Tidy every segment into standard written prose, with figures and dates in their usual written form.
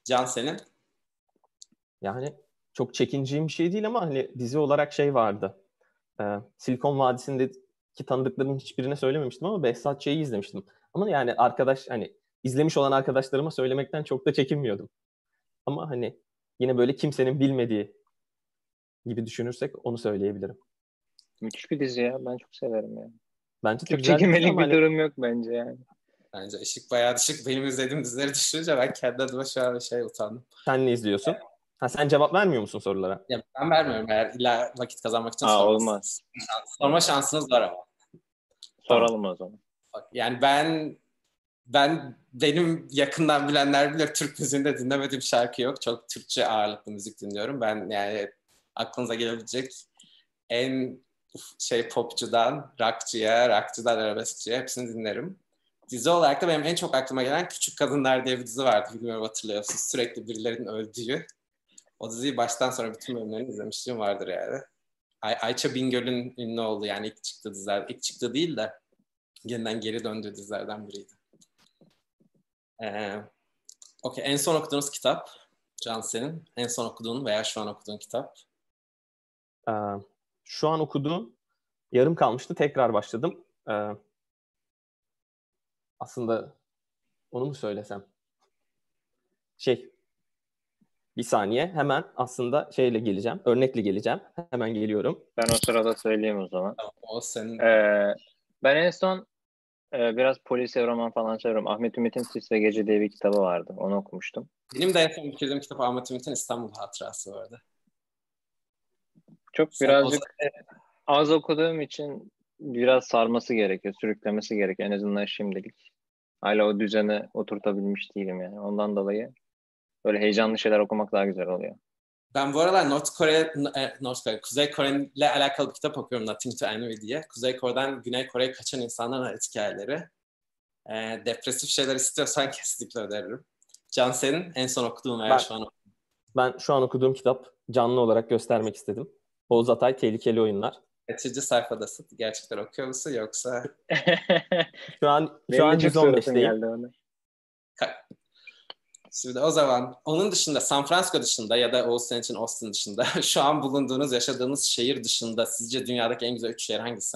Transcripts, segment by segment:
Can senin? Yani çok çekineceğim bir şey değil ama hani dizi olarak şey vardı. Silikon Vadisi'ndeki tanıdıklarımın hiçbirine söylememiştim ama Behzat Ç'yi izlemiştim. Ama yani hani izlemiş olan arkadaşlarıma söylemekten çok da çekinmiyordum. Ama hani yine böyle kimsenin bilmediği gibi düşünürsek onu söyleyebilirim. Müthiş bir dizi ya. Ben çok severim yani. Bence de Çok güzel bir dizi çekinmelik ama bir durum yok bence yani. Bence ışık bayağı düşük. Benim izlediğim dizileri düşününce ben kendi adıma şu an utandım. sen ne izliyorsun? Sen cevap vermiyor musun sorulara? Ya ben vermiyorum eğer illa vakit kazanmak için Olmaz. sorma şansınız var ama. Soralım o zaman. Yani benim yakından bilenler bilir, Türk müziğinde dinlemediğim şarkı yok. Çok Türkçe ağırlıklı müzik dinliyorum. Ben yani aklınıza gelebilecek en popçudan rockçıdan arabeskçiye hepsini dinlerim. Dizi olarak da benim en çok aklıma gelen Küçük Kadınlar diye bir dizi vardı. Bilmiyorum hatırlıyorsunuz. Sürekli birilerinin öldüğü. O diziyi baştan sonra bütün bölümlerini izlemişliğim vardır yani. Ayça Bingöl'ün ünlü olduğu yani ilk çıktığı diziler. İlk çıktığı değil de yeniden geri döndüğü dizilerden biriydi. Okey. En son okuduğunuz kitap Can senin. En son okuduğun veya şu an okuduğun kitap? Şu an okuduğum yarım kalmıştı. Tekrar başladım. Aslında onu mu söylesem? Bir saniye. Hemen aslında geleceğim. Örnekle geleceğim. Hemen geliyorum. Ben o sırada söyleyeyim o zaman. Tamam, o senin. Ben en son biraz polisiye roman falan seviyorum. Ahmet Ümit'in Sis ve Gece diye bir kitabı vardı. Onu okumuştum. Benim de en son bitirdiğim kitap Ahmet Ümit'in İstanbul Hatırası vardı. Çok birazcık az okuduğum için biraz sarması gerekiyor, sürüklemesi gerekiyor en azından şimdilik. Hala o düzene oturtabilmiş değilim yani. Ondan dolayı böyle heyecanlı şeyler okumak daha güzel oluyor. Ben bu aralar Kuzey Kore ile alakalı bir kitap okuyorum, Nothing to Envy diye. Kuzey Kore'den Güney Kore'ye kaçan insanların hayat hikayeleri. Depresif şeyler istiyorsan kesinlikle öneririm. Can senin en son okuduğun veya şu an okuduğun? Ben şu an okuduğum kitap canlı olarak göstermek istedim. Oğuz Atay Tehlikeli Oyunlar. Kaçıncı sayfadasın? Gerçekten okuyor musun yoksa? Şu an 115'teyim. Şimdi o zaman onun dışında, San Francisco dışında ya da Oğuz senin için Austin dışında şu an bulunduğunuz, yaşadığınız şehir dışında sizce dünyadaki en güzel 3 şehir hangisi?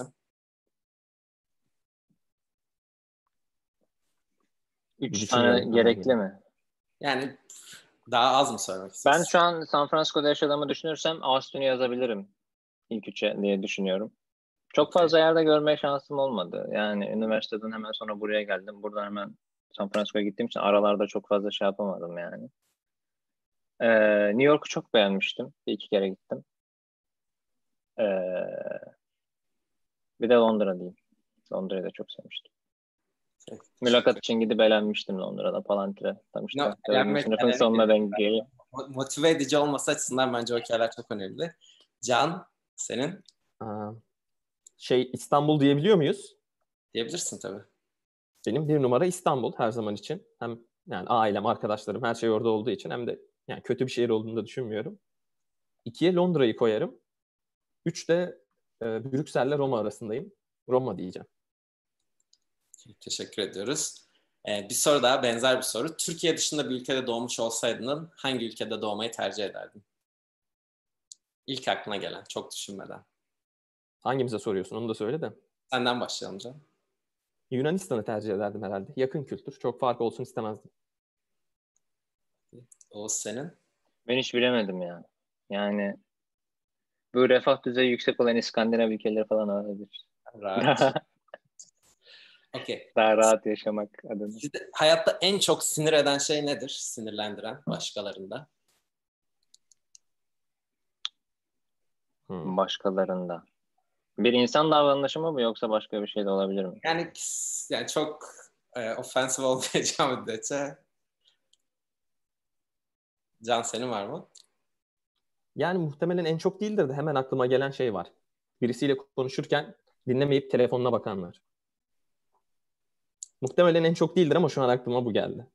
3 tane gerekli mi? Yani daha az mı söylemek istiyorsun? Ben şu an San Francisco'da yaşadığımı düşünürsem Austin'i yazabilirim ilk 3'e diye düşünüyorum. Çok fazla yerde görme şansım olmadı. Yani üniversiteden hemen sonra buraya geldim. Buradan hemen San Francisco'ya gittiğim için aralarda çok fazla şey yapamadım yani. New York'u çok beğenmiştim. Bir iki kere gittim. Bir de Londra diyeyim. Londra'yı da çok sevmiştim. Mülakat için gidip eğlenmiştim Londra'da. Palantir. Tam işte sınıfın sonuna denk geliyor. Motive edici olması açısından bence o hikayeler çok önemli. Can, senin? İstanbul diyebiliyor muyuz? Diyebilirsin tabii. Benim 1 numara İstanbul her zaman için. Hem yani ailem, arkadaşlarım her şey orada olduğu için hem de yani kötü bir şehir olduğunu da düşünmüyorum. 2'ye Londra'yı koyarım. 3 de Brüksel'le Roma arasındayım. Roma diyeceğim. Teşekkür ediyoruz. Bir soru daha, benzer bir soru. Türkiye dışında bir ülkede doğmuş olsaydın hangi ülkede doğmayı tercih ederdin? İlk aklına gelen, çok düşünmeden. Hangimize soruyorsun onu da söyle de. Senden başlayalım canım. Yunanistan'ı tercih ederdim herhalde. Yakın kültür. Çok fark olsun istemezdim. Oğuz senin? Ben hiç bilemedim ya. Yani bu refah düzeyi yüksek olan İskandinav ülkeleri falan olabilir. Rahat. Okay. Daha rahat yaşamak adına. Sizde hayatta en çok sinir eden şey nedir? Sinirlendiren başkalarında. Başkalarında. Bir insan davranışı mı bu yoksa başka bir şey de olabilir mi? Yani çok offensive olmayacağım müddetçe. Can senin var mı? Yani muhtemelen en çok değildir de hemen aklıma gelen şey var. Birisiyle konuşurken dinlemeyip telefonuna bakanlar. Muhtemelen en çok değildir ama şu an aklıma bu geldi.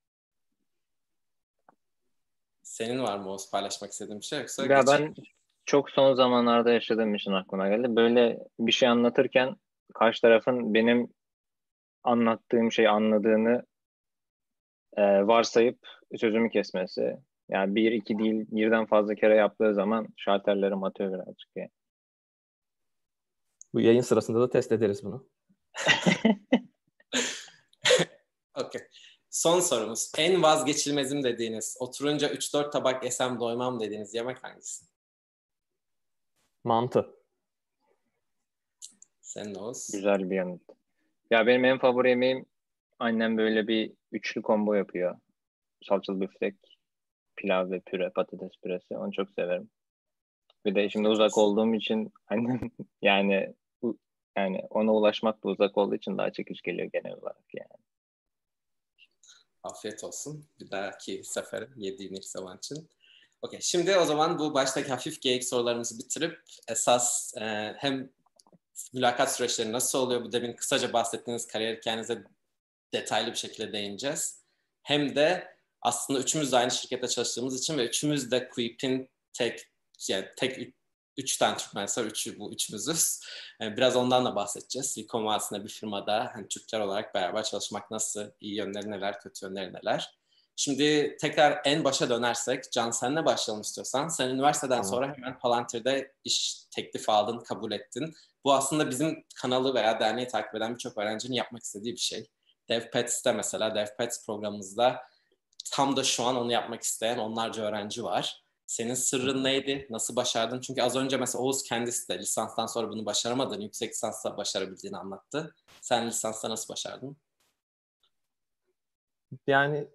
Senin var mı Oğuz, paylaşmak istediğin bir şey yoksa? Ya ben çok son zamanlarda yaşadığım için aklıma geldi. Böyle bir şey anlatırken karşı tarafın benim anlattığım şeyi anladığını varsayıp sözümü kesmesi. Yani bir, iki değil, birden fazla kere yaptığı zaman şalterlerim atıyor birazcık yani. Bu yayın sırasında da test ederiz bunu. Okay. Son sorumuz. En vazgeçilmezim dediğiniz, oturunca 3-4 tabak yesem doymam dediğiniz yemek hangisi? Mantı. Senin Oğuz. Güzel bir yanıt. Ya benim en favori yemeğim, annem böyle bir üçlü combo yapıyor. Salçalı biftek, pilav ve püre, patates püresi. Onu çok severim. Bir de şimdi uzak olduğum için annem yani yani ona ulaşmak da uzak olduğu için daha çekici geliyor genel olarak yani. Afiyet olsun. Bir dahaki sefere yediğin ilk zaman için. Okay. Şimdi o zaman bu baştaki hafif geyik sorularımızı bitirip esas hem mülakat süreçleri nasıl oluyor? Bu demin kısaca bahsettiğiniz kariyer hikayenize detaylı bir şekilde değineceğiz. Hem de aslında üçümüz de aynı şirkette çalıştığımız için ve üçümüz de Quip'in tek üçten Türk mühendisler, bu üçümüzüz. Yani biraz ondan da bahsedeceğiz. Silikon Vadisi'nde bir firmada hani Türkler olarak beraber çalışmak nasıl, iyi yönleri neler, kötü yönleri neler. Şimdi tekrar en başa dönersek, Can senle başlayalım istiyorsan. Sen üniversiteden sonra hemen Palantir'de iş teklifi aldın, kabul ettin. Bu aslında bizim kanalı veya derneği takip eden birçok öğrencinin yapmak istediği bir şey. DevPets'te mesela, DevPets programımızda tam da şu an onu yapmak isteyen onlarca öğrenci var. Senin sırrın neydi? Nasıl başardın? Çünkü az önce mesela Oğuz kendisi de lisanstan sonra bunu başaramadığını, yüksek lisansta başarabildiğini anlattı. Sen lisansta nasıl başardın? Yani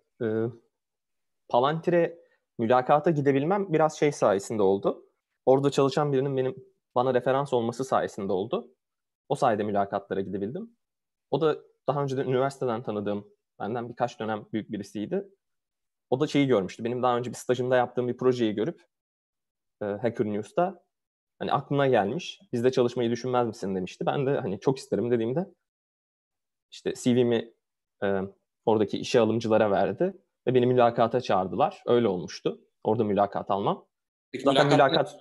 Palantir'e mülakata gidebilmem biraz şey sayesinde oldu. Orada çalışan birinin bana referans olması sayesinde oldu. O sayede mülakatlara gidebildim. O da daha önceden üniversiteden tanıdığım, benden birkaç dönem büyük birisiydi. O da şeyi görmüştü. Benim daha önce bir stajımda yaptığım bir projeyi görüp Hacker News'ta hani aklına gelmiş. Bizde çalışmayı düşünmez misin demişti. Ben de hani çok isterim dediğimde işte CV'mi oradaki işe alımcılara verdi ve beni mülakata çağırdılar. Öyle olmuştu. Orada mülakat almam. Peki Zaten mülakatta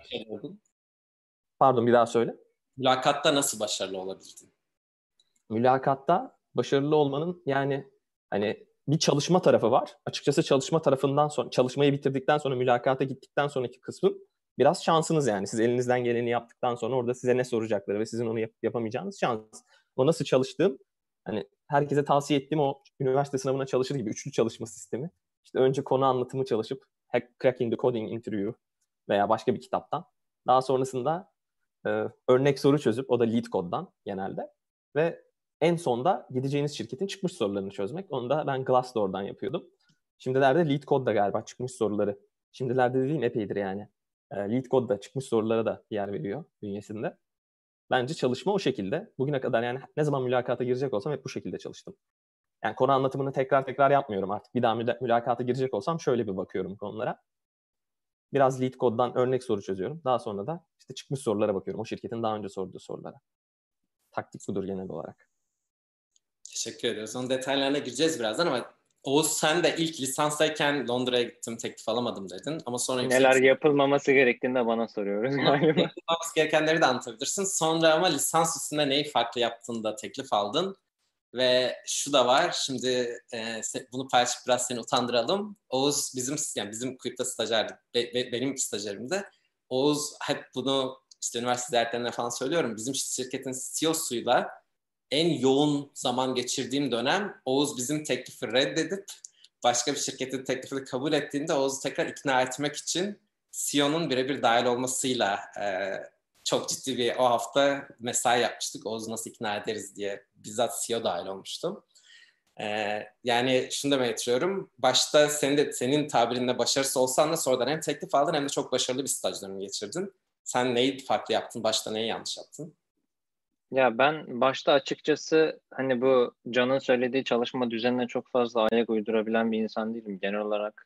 Pardon, bir daha söyle. Mülakatta nasıl başarılı olabildin? Mülakatta başarılı olmanın yani hani bir çalışma tarafı var. Açıkçası çalışma tarafından sonra, çalışmayı bitirdikten sonra mülakata gittikten sonraki kısmın biraz şansınız yani. Siz elinizden geleni yaptıktan sonra orada size ne soracakları ve sizin onu yapamayacağınız şans. O nasıl çalıştığım, hani herkese tavsiye ettiğim o üniversite sınavına çalışır gibi üçlü çalışma sistemi. İşte önce konu anlatımı çalışıp Cracking the Coding Interview veya başka bir kitaptan. Daha sonrasında örnek soru çözüp, o da LeetCode'dan genelde. Ve en sonda gideceğiniz şirketin çıkmış sorularını çözmek. Onu da ben Glassdoor'dan yapıyordum. Şimdilerde LeetCode'da galiba çıkmış soruları. Şimdilerde dediğim epeydir yani. LeetCode'da çıkmış sorulara da yer veriyor bünyesinde. Bence çalışma o şekilde. Bugüne kadar yani ne zaman mülakata girecek olsam hep bu şekilde çalıştım. Yani konu anlatımını tekrar yapmıyorum artık. Bir daha mülakata girecek olsam şöyle bir bakıyorum konulara. Biraz LeetCode'dan örnek soru çözüyorum. Daha sonra da işte çıkmış sorulara bakıyorum. O şirketin daha önce sorduğu sorulara. Taktik budur genel olarak. Teşekkür ediyoruz. Onun detaylarına gireceğiz birazdan ama Oğuz sen de ilk lisanstayken Londra'ya gittim, teklif alamadım dedin. Ama sonra Neler yapılmaması gerektiğini de bana soruyoruz galiba. Yapılmaması gerekenleri de anlatabilirsin. Sonra ama lisans üstünde neyi farklı yaptığını da teklif aldın. Ve şu da var, şimdi bunu paylaşıp biraz seni utandıralım. Oğuz bizim Quip'te stajyerdi, benim stajyerimdi. Oğuz hep bunu işte üniversite ziyaretlerinde falan söylüyorum. Bizim şirketin CEO'suyla en yoğun zaman geçirdiğim dönem Oğuz bizim teklifi reddedip başka bir şirketin teklifini kabul ettiğinde Oğuz'u tekrar ikna etmek için CEO'nun birebir dahil olmasıyla çok ciddi bir o hafta mesai yapmıştık. Oğuz'u nasıl ikna ederiz diye bizzat CEO dahil olmuştum. Yani şunu demeye getiriyorum. Başta senin tabirinle başarısız olsan da sonradan hem teklif aldın hem de çok başarılı bir staj dönemi geçirdin. Sen neyi farklı yaptın? Başta neyi yanlış yaptın? Ya ben başta açıkçası hani bu Can'ın söylediği çalışma düzenine çok fazla ayak uydurabilen bir insan değilim. Genel olarak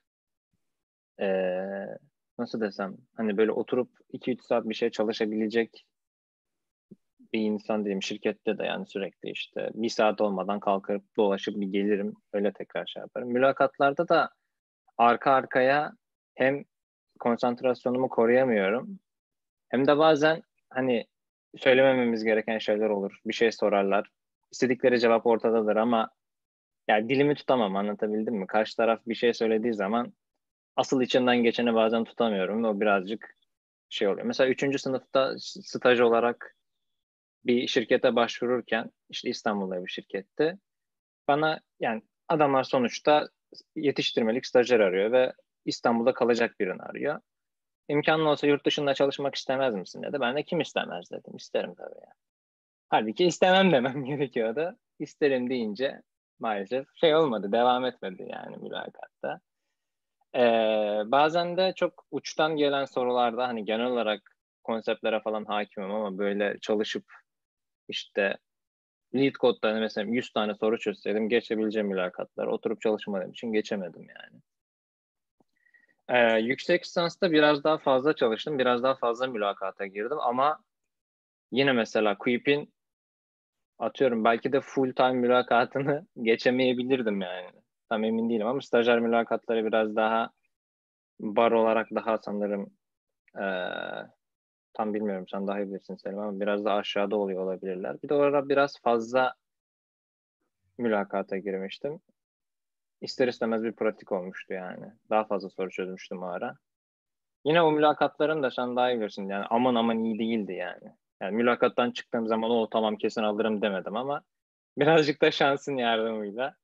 nasıl desem hani böyle oturup 2-3 saat bir şey çalışabilecek bir insan değilim. Şirkette de yani sürekli işte bir saat olmadan kalkıp dolaşıp bir gelirim. Öyle tekrar şey yaparım. Mülakatlarda da arka arkaya hem konsantrasyonumu koruyamıyorum hem de bazen hani söylemememiz gereken şeyler olur. Bir şey sorarlar. İstedikleri cevap ortadadır ama Yani dilimi tutamam, anlatabildim mi? Karşı taraf bir şey söylediği zaman asıl içinden geçeni bazen tutamıyorum ve o birazcık şey oluyor. Mesela 3. sınıfta staj olarak bir şirkete başvururken, işte İstanbul'da bir şirkette, bana yani adamlar sonuçta yetiştirmelik stajyer arıyor ve İstanbul'da kalacak birini arıyor. İmkanın olsa yurt dışında çalışmak istemez misin dedi. Ben de kim istemez dedim. İsterim tabii yani. Halbuki istemem demem gerekiyordu. İsterim deyince maalesef şey olmadı, devam etmedi yani mülakatta. Bazen de çok uçtan gelen sorularda, hani genel olarak konseptlere falan hakimim ama böyle çalışıp işte lead code'da mesela 100 tane soru çözseydim geçebileceğim mülakatlar. Oturup çalışmadığım için geçemedim yani. Yüksek lisansta biraz daha fazla çalıştım. Biraz daha fazla mülakata girdim ama yine mesela Quip'in atıyorum belki de full time mülakatını geçemeyebilirdim yani. Tam emin değilim ama stajyer mülakatları biraz daha bar olarak daha sanırım tam bilmiyorum, sen daha iyi bilirsin Selim, ama biraz daha aşağıda oluyor olabilirler. Bir de orada biraz fazla mülakata girmiştim. İster istemez bir pratik olmuştu yani. Daha fazla soru çözmüştüm o ara. Yine o mülakatların da sen daha iyi bilirsin yani aman aman iyi değildi yani. Yani mülakattan çıktığım zaman o tamam kesin alırım demedim ama birazcık da şansın yardımıyla.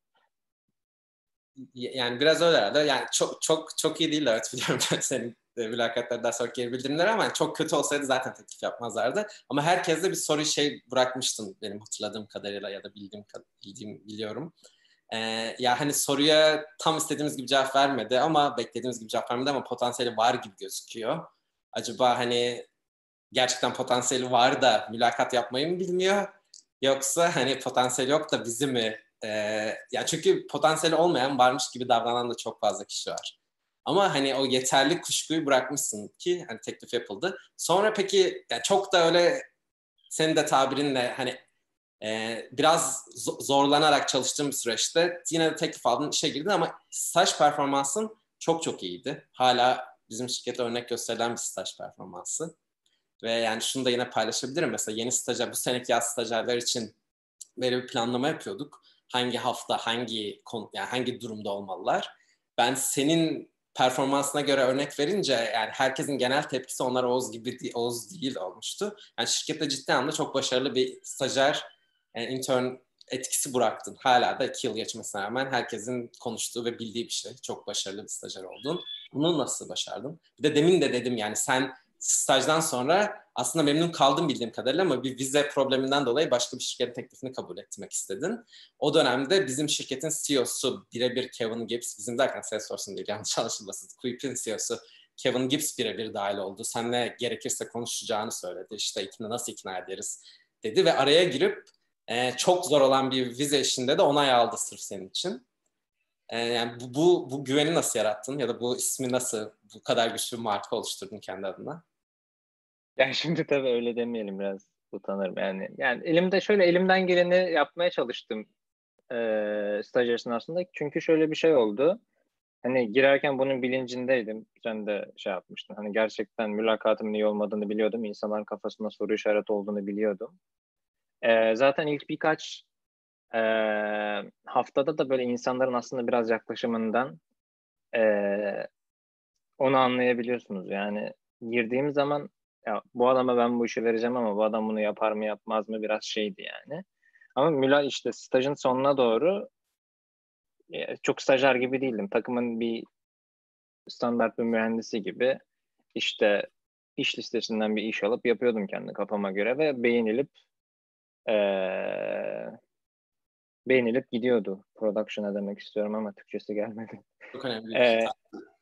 Yani biraz öyle herhalde. Yani çok çok çok iyi değil, evet, biliyorum ben senin mülakatlardan sonra geri bildirimler, ama çok kötü olsaydı zaten teklif yapmazlardı. Ama herkes de bir soru şey bırakmıştın benim hatırladığım kadarıyla ya da biliyorum. Ya hani soruya tam istediğimiz gibi cevap vermedi ama beklediğimiz gibi cevap vermedi ama potansiyeli var gibi gözüküyor. Acaba hani gerçekten potansiyeli var da mülakat yapmayı mı bilmiyor? Yoksa hani potansiyeli yok da bizi mi? Ya çünkü potansiyeli olmayan, varmış gibi davranan da çok fazla kişi var. Ama hani o yeterli kuşkuyu bırakmışsın ki hani teklif yapıldı. Sonra peki yani çok da öyle senin de tabirinle hani biraz zorlanarak çalıştığım bir süreçte yine de teklif aldın, işe girdin ama staj performansın çok çok iyiydi. Hala bizim şirkete örnek gösterilen bir staj performansı. Ve yani şunu da yine paylaşabilirim. Mesela yeni stajyer, bu seneki yaz stajyerler için böyle bir planlama yapıyorduk. Hangi hafta, yani hangi durumda olmalılar. Ben senin performansına göre örnek verince yani herkesin genel tepkisi onlar Oğuz değil olmuştu. Yani şirkette ciddi anlamda çok başarılı bir stajyer, intern etkisi bıraktın. Hala da 2 yıl geçmesine rağmen herkesin konuştuğu ve bildiği bir şey. Çok başarılı bir stajyer oldun. Bunu nasıl başardın? Bir de demin de dedim yani sen stajdan sonra aslında memnun kaldım bildiğim kadarıyla ama bir vize probleminden dolayı başka bir şirketin teklifini kabul etmek istedin. O dönemde bizim şirketin CEO'su birebir Kevin Gibbs, bizim derken Salesforce'un değil yanlış anlaşılmasın, Quip'in CEO'su Kevin Gibbs birebir dahil oldu. Seninle gerekirse konuşacağını söyledi. İşte nasıl ikna ederiz dedi ve araya girip çok zor olan bir vize işinde de onay aldı sırf senin için. Yani bu güveni nasıl yarattın ya da bu ismi nasıl bu kadar güçlü bir marka oluşturdun kendi adına? Yani şimdi tabii öyle demeyelim, biraz utanırım yani. Yani elimden geleni yapmaya çalıştım staj esnasında. Çünkü şöyle bir şey oldu. Hani girerken bunun bilincindeydim. Sen de şey yapmıştın. Hani gerçekten mülakatımın iyi olmadığını biliyordum. İnsanların kafasında soru işareti olduğunu biliyordum. Zaten ilk birkaç e, haftada da böyle insanların aslında biraz yaklaşımından e, onu anlayabiliyorsunuz. Yani girdiğim zaman ya bu adama ben bu işi vereceğim ama bu adam bunu yapar mı yapmaz mı biraz şeydi yani. Ama işte stajın sonuna doğru çok stajyer gibi değildim. Takımın bir standart bir mühendisi gibi işte iş listesinden bir iş alıp yapıyordum kendi kafama göre ve beğenilip gidiyordu. Production'a demek istiyorum ama Türkçesi gelmedi. Çok önemli bir Ee,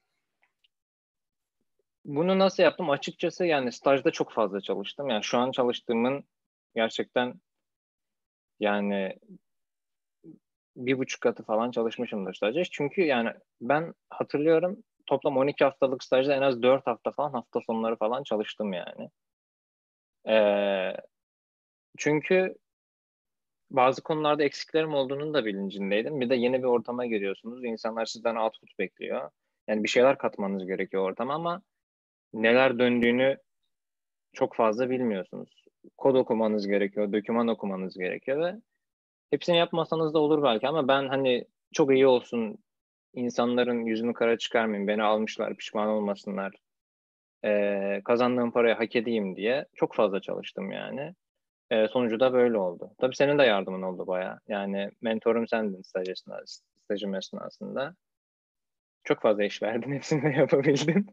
Bunu nasıl yaptım? Açıkçası yani stajda çok fazla çalıştım. Yani şu an çalıştığımın gerçekten yani 1,5 katı falan çalışmışımdır stajda. Çünkü yani ben hatırlıyorum toplam 12 haftalık stajda en az 4 hafta falan hafta sonları falan çalıştım yani. Ee, Çünkü bazı konularda eksiklerim olduğunun da bilincindeydim. Bir de yeni bir ortama giriyorsunuz. İnsanlar sizden output bekliyor. Yani bir şeyler katmanız gerekiyor ortama ama neler döndüğünü çok fazla bilmiyorsunuz. Kod okumanız gerekiyor, doküman okumanız gerekiyor ve hepsini yapmasanız da olur belki ama ben hani çok iyi olsun, insanların yüzünü kara çıkarmayayım, beni almışlar, pişman olmasınlar, kazandığım parayı hak edeyim diye çok fazla çalıştım yani. Sonucu da böyle oldu. Tabii senin de yardımın oldu bayağı. Yani mentorum sendin stajım esnasında. Çok fazla iş verdin, hepsini de yapabildin.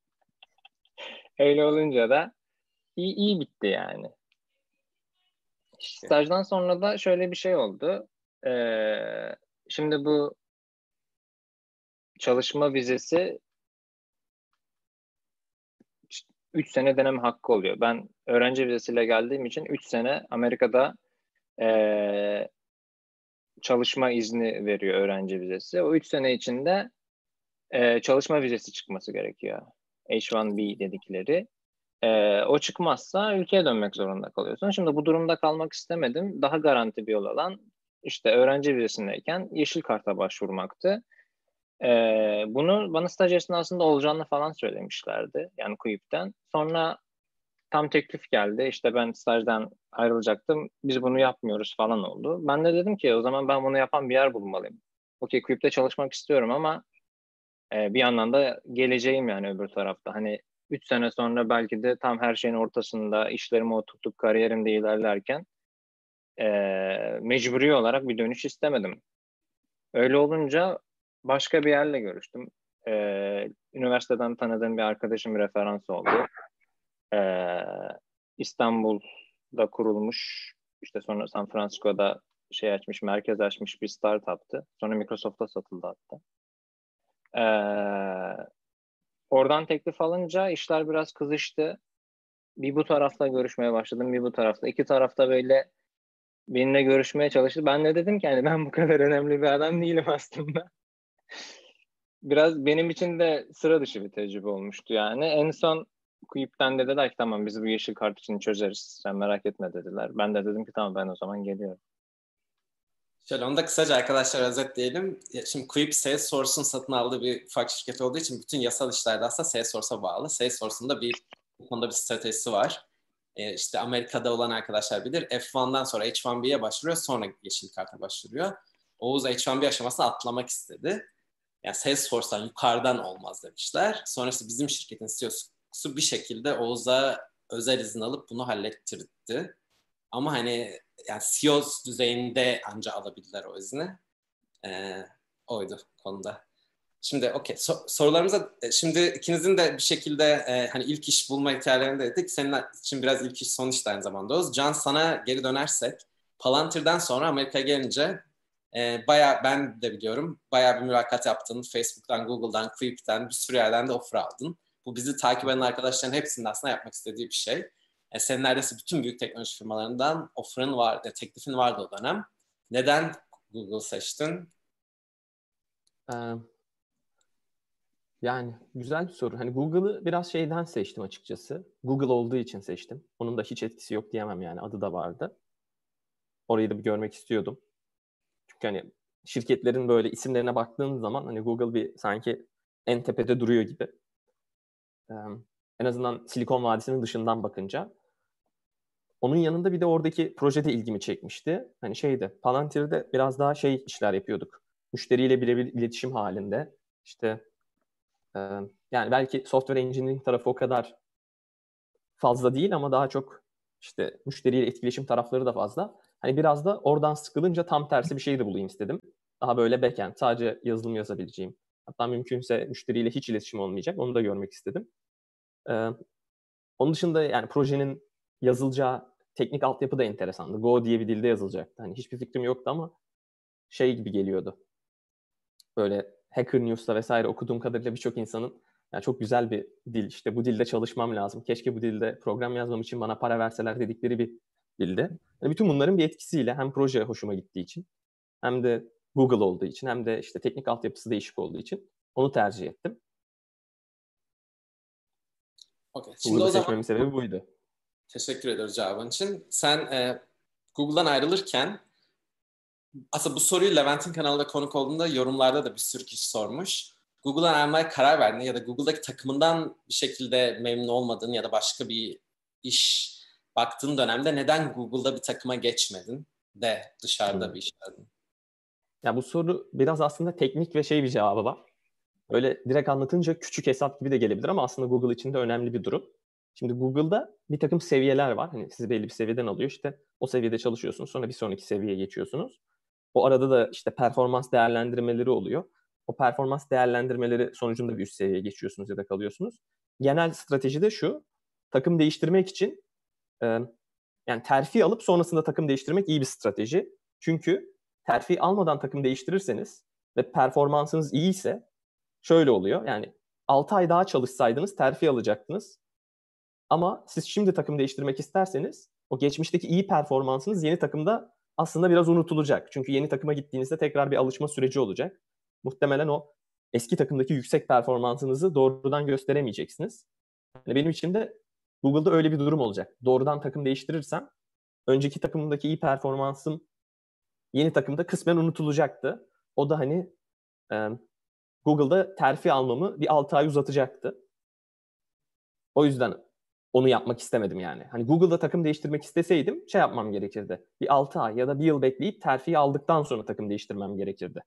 Öyle olunca da iyi bitti yani. Stajdan sonra da şöyle bir şey oldu. Şimdi bu çalışma vizesi 3 sene deneme hakkı oluyor. Ben öğrenci vizesiyle geldiğim için 3 sene Amerika'da çalışma izni veriyor öğrenci vizesi. O 3 sene içinde çalışma vizesi çıkması gerekiyor. H-1B dedikleri. O çıkmazsa ülkeye dönmek zorunda kalıyorsun. Şimdi bu durumda kalmak istemedim. Daha garanti bir yol alan işte öğrenci vizesindeyken yeşil karta başvurmaktı. Bunu bana staj esnasında olacağını falan söylemişlerdi. Yani KUİP'ten. Sonra tam teklif geldi. İşte ben stajdan ayrılacaktım. Biz bunu yapmıyoruz falan oldu. Ben de dedim ki o zaman ben bunu yapan bir yer bulmalıyım. Okey, KUİP'te çalışmak istiyorum ama bir yandan da geleceğim yani öbür tarafta. Hani 3 sene sonra belki de tam her şeyin ortasında işlerimi oturtup kariyerimde ilerlerken mecburi olarak bir dönüş istemedim. Öyle olunca başka bir yerle görüştüm. Üniversiteden tanıdığım bir arkadaşım referans oldu. İstanbul'da kurulmuş, işte sonra San Francisco'da merkez açmış bir startup'tı. Sonra Microsoft'a satıldı hatta. Oradan teklif alınca işler biraz kızıştı. Bir bu tarafla görüşmeye başladım, bir bu tarafla. İki tarafta böyle benimle görüşmeye çalıştı. Ben de dedim ki yani ben bu kadar önemli bir adam değilim aslında. Biraz benim için de sıra dışı bir tecrübe olmuştu yani. En son KUİP'ten dediler ki tamam biz bu yeşil kart için çözeriz. Sen merak etme dediler. Ben de dedim ki tamam ben o zaman geliyorum. Şöyle onu da kısaca arkadaşlar özetleyelim. Şimdi KUİP Salesforce'un satın aldığı bir ufak şirket olduğu için bütün yasal işlerde aslında Salesforce'a bağlı. Salesforce'un da bu konuda bir stratejisi var. İşte Amerika'da olan arkadaşlar bilir. F1'dan sonra H1B'ye başvuruyor, sonra yeşil karta başvuruyor. Oğuz H1B aşamasını atlamak istedi. Yani Salesforce'dan yukarıdan olmaz demişler. Sonra işte bizim şirketin CEO'su bir şekilde Oğuz'a özel izin alıp bunu hallettirdi. Ama hani yani CEO düzeyinde anca alabildiler o izni. Oydu konuda. Şimdi okey. Sorularımıza şimdi ikinizin de bir şekilde hani ilk iş bulma hikayelerini de dedik. Senin için biraz ilk iş son iş de aynı zamanda Oğuz. Can, sana geri dönersek Palantir'den sonra Amerika'ya gelince bayağı, ben de biliyorum, bayağı bir mülakat yaptın. Facebook'tan, Google'dan, Quip'ten, bir sürü yerden de offer aldın. Bu bizi takip eden arkadaşların hepsinin aslında yapmak istediği bir şey. Senin neredeyse bütün büyük teknoloji firmalarından offer'ın vardı, teklifin vardı o dönem. Neden Google seçtin? Yani güzel bir soru. Hani Google'ı biraz şeyden seçtim açıkçası. Google olduğu için seçtim. Onun da hiç etkisi yok diyemem yani. Adı da vardı. Orayı da bir görmek istiyordum. Çünkü hani şirketlerin böyle isimlerine baktığın zaman hani Google bir sanki en tepede duruyor gibi. En azından Silikon Vadisi'nin dışından bakınca. Onun yanında bir de oradaki projede ilgimi çekmişti. Hani Palantir'de biraz daha işler yapıyorduk. Müşteriyle birebir iletişim halinde. İşte yani belki software engineering tarafı o kadar fazla değil ama daha çok işte müşteriyle etkileşim tarafları da fazla. Hani biraz da oradan sıkılınca tam tersi bir şey de bulayım istedim. Daha böyle backend, sadece yazılım yazabileceğim. Hatta mümkünse müşteriyle hiç iletişim olmayacak. Onu da görmek istedim. Onun dışında yani projenin yazılacağı teknik altyapı da enteresandı. Go diye bir dilde yazılacaktı. Hani hiçbir fikrim yoktu ama gibi geliyordu. Böyle Hacker News'ta vesaire okuduğum kadarıyla birçok insanın yani çok güzel bir dil, işte bu dilde çalışmam lazım, keşke bu dilde program yazmam için bana para verseler dedikleri bir dildi. Yani bütün bunların bir etkisiyle hem proje hoşuma gittiği için hem de Google olduğu için hem de işte teknik altyapısı değişik olduğu için onu tercih ettim. Okay. Google'ı seçmemin sebebi buydu. Teşekkür ediyoruz cevabın için. Sen Google'dan ayrılırken, aslında bu soruyu Levent'in kanalında konuk olduğunda yorumlarda da bir sürü kişi sormuş. Google'dan ayrılmaya karar verdin ya da Google'daki takımından bir şekilde memnun olmadın ya da başka bir iş baktığın dönemde neden Google'da bir takıma geçmedin? de dışarıda bir iş aradın? Ya bu soru biraz aslında teknik ve bir cevabı var. Öyle direkt anlatınca küçük hesap gibi de gelebilir ama aslında Google için de önemli bir durum. Şimdi Google'da bir takım seviyeler var. Hani sizi belli bir seviyeden alıyor. İşte o seviyede çalışıyorsunuz. Sonra bir sonraki seviyeye geçiyorsunuz. O arada da işte performans değerlendirmeleri oluyor. O performans değerlendirmeleri sonucunda bir üst seviyeye geçiyorsunuz ya da kalıyorsunuz. Genel strateji de şu. Takım değiştirmek için yani terfi alıp sonrasında takım değiştirmek iyi bir strateji. Çünkü terfi almadan takım değiştirirseniz ve performansınız iyiyse şöyle oluyor. Yani 6 ay daha çalışsaydınız terfi alacaktınız. Ama siz şimdi takım değiştirmek isterseniz o geçmişteki iyi performansınız yeni takımda aslında biraz unutulacak. Çünkü yeni takıma gittiğinizde tekrar bir alışma süreci olacak. Muhtemelen o eski takımdaki yüksek performansınızı doğrudan gösteremeyeceksiniz. Yani benim için de Google'da öyle bir durum olacak. Doğrudan takım değiştirirsem önceki takımdaki iyi performansım yeni takımda kısmen unutulacaktı. O da hani Google'da terfi almamı bir 6 ay uzatacaktı. O yüzden onu yapmak istemedim yani. Hani Google'da takım değiştirmek isteseydim yapmam gerekirdi. Bir 6 ay ya da bir yıl bekleyip terfiyi aldıktan sonra takım değiştirmem gerekirdi.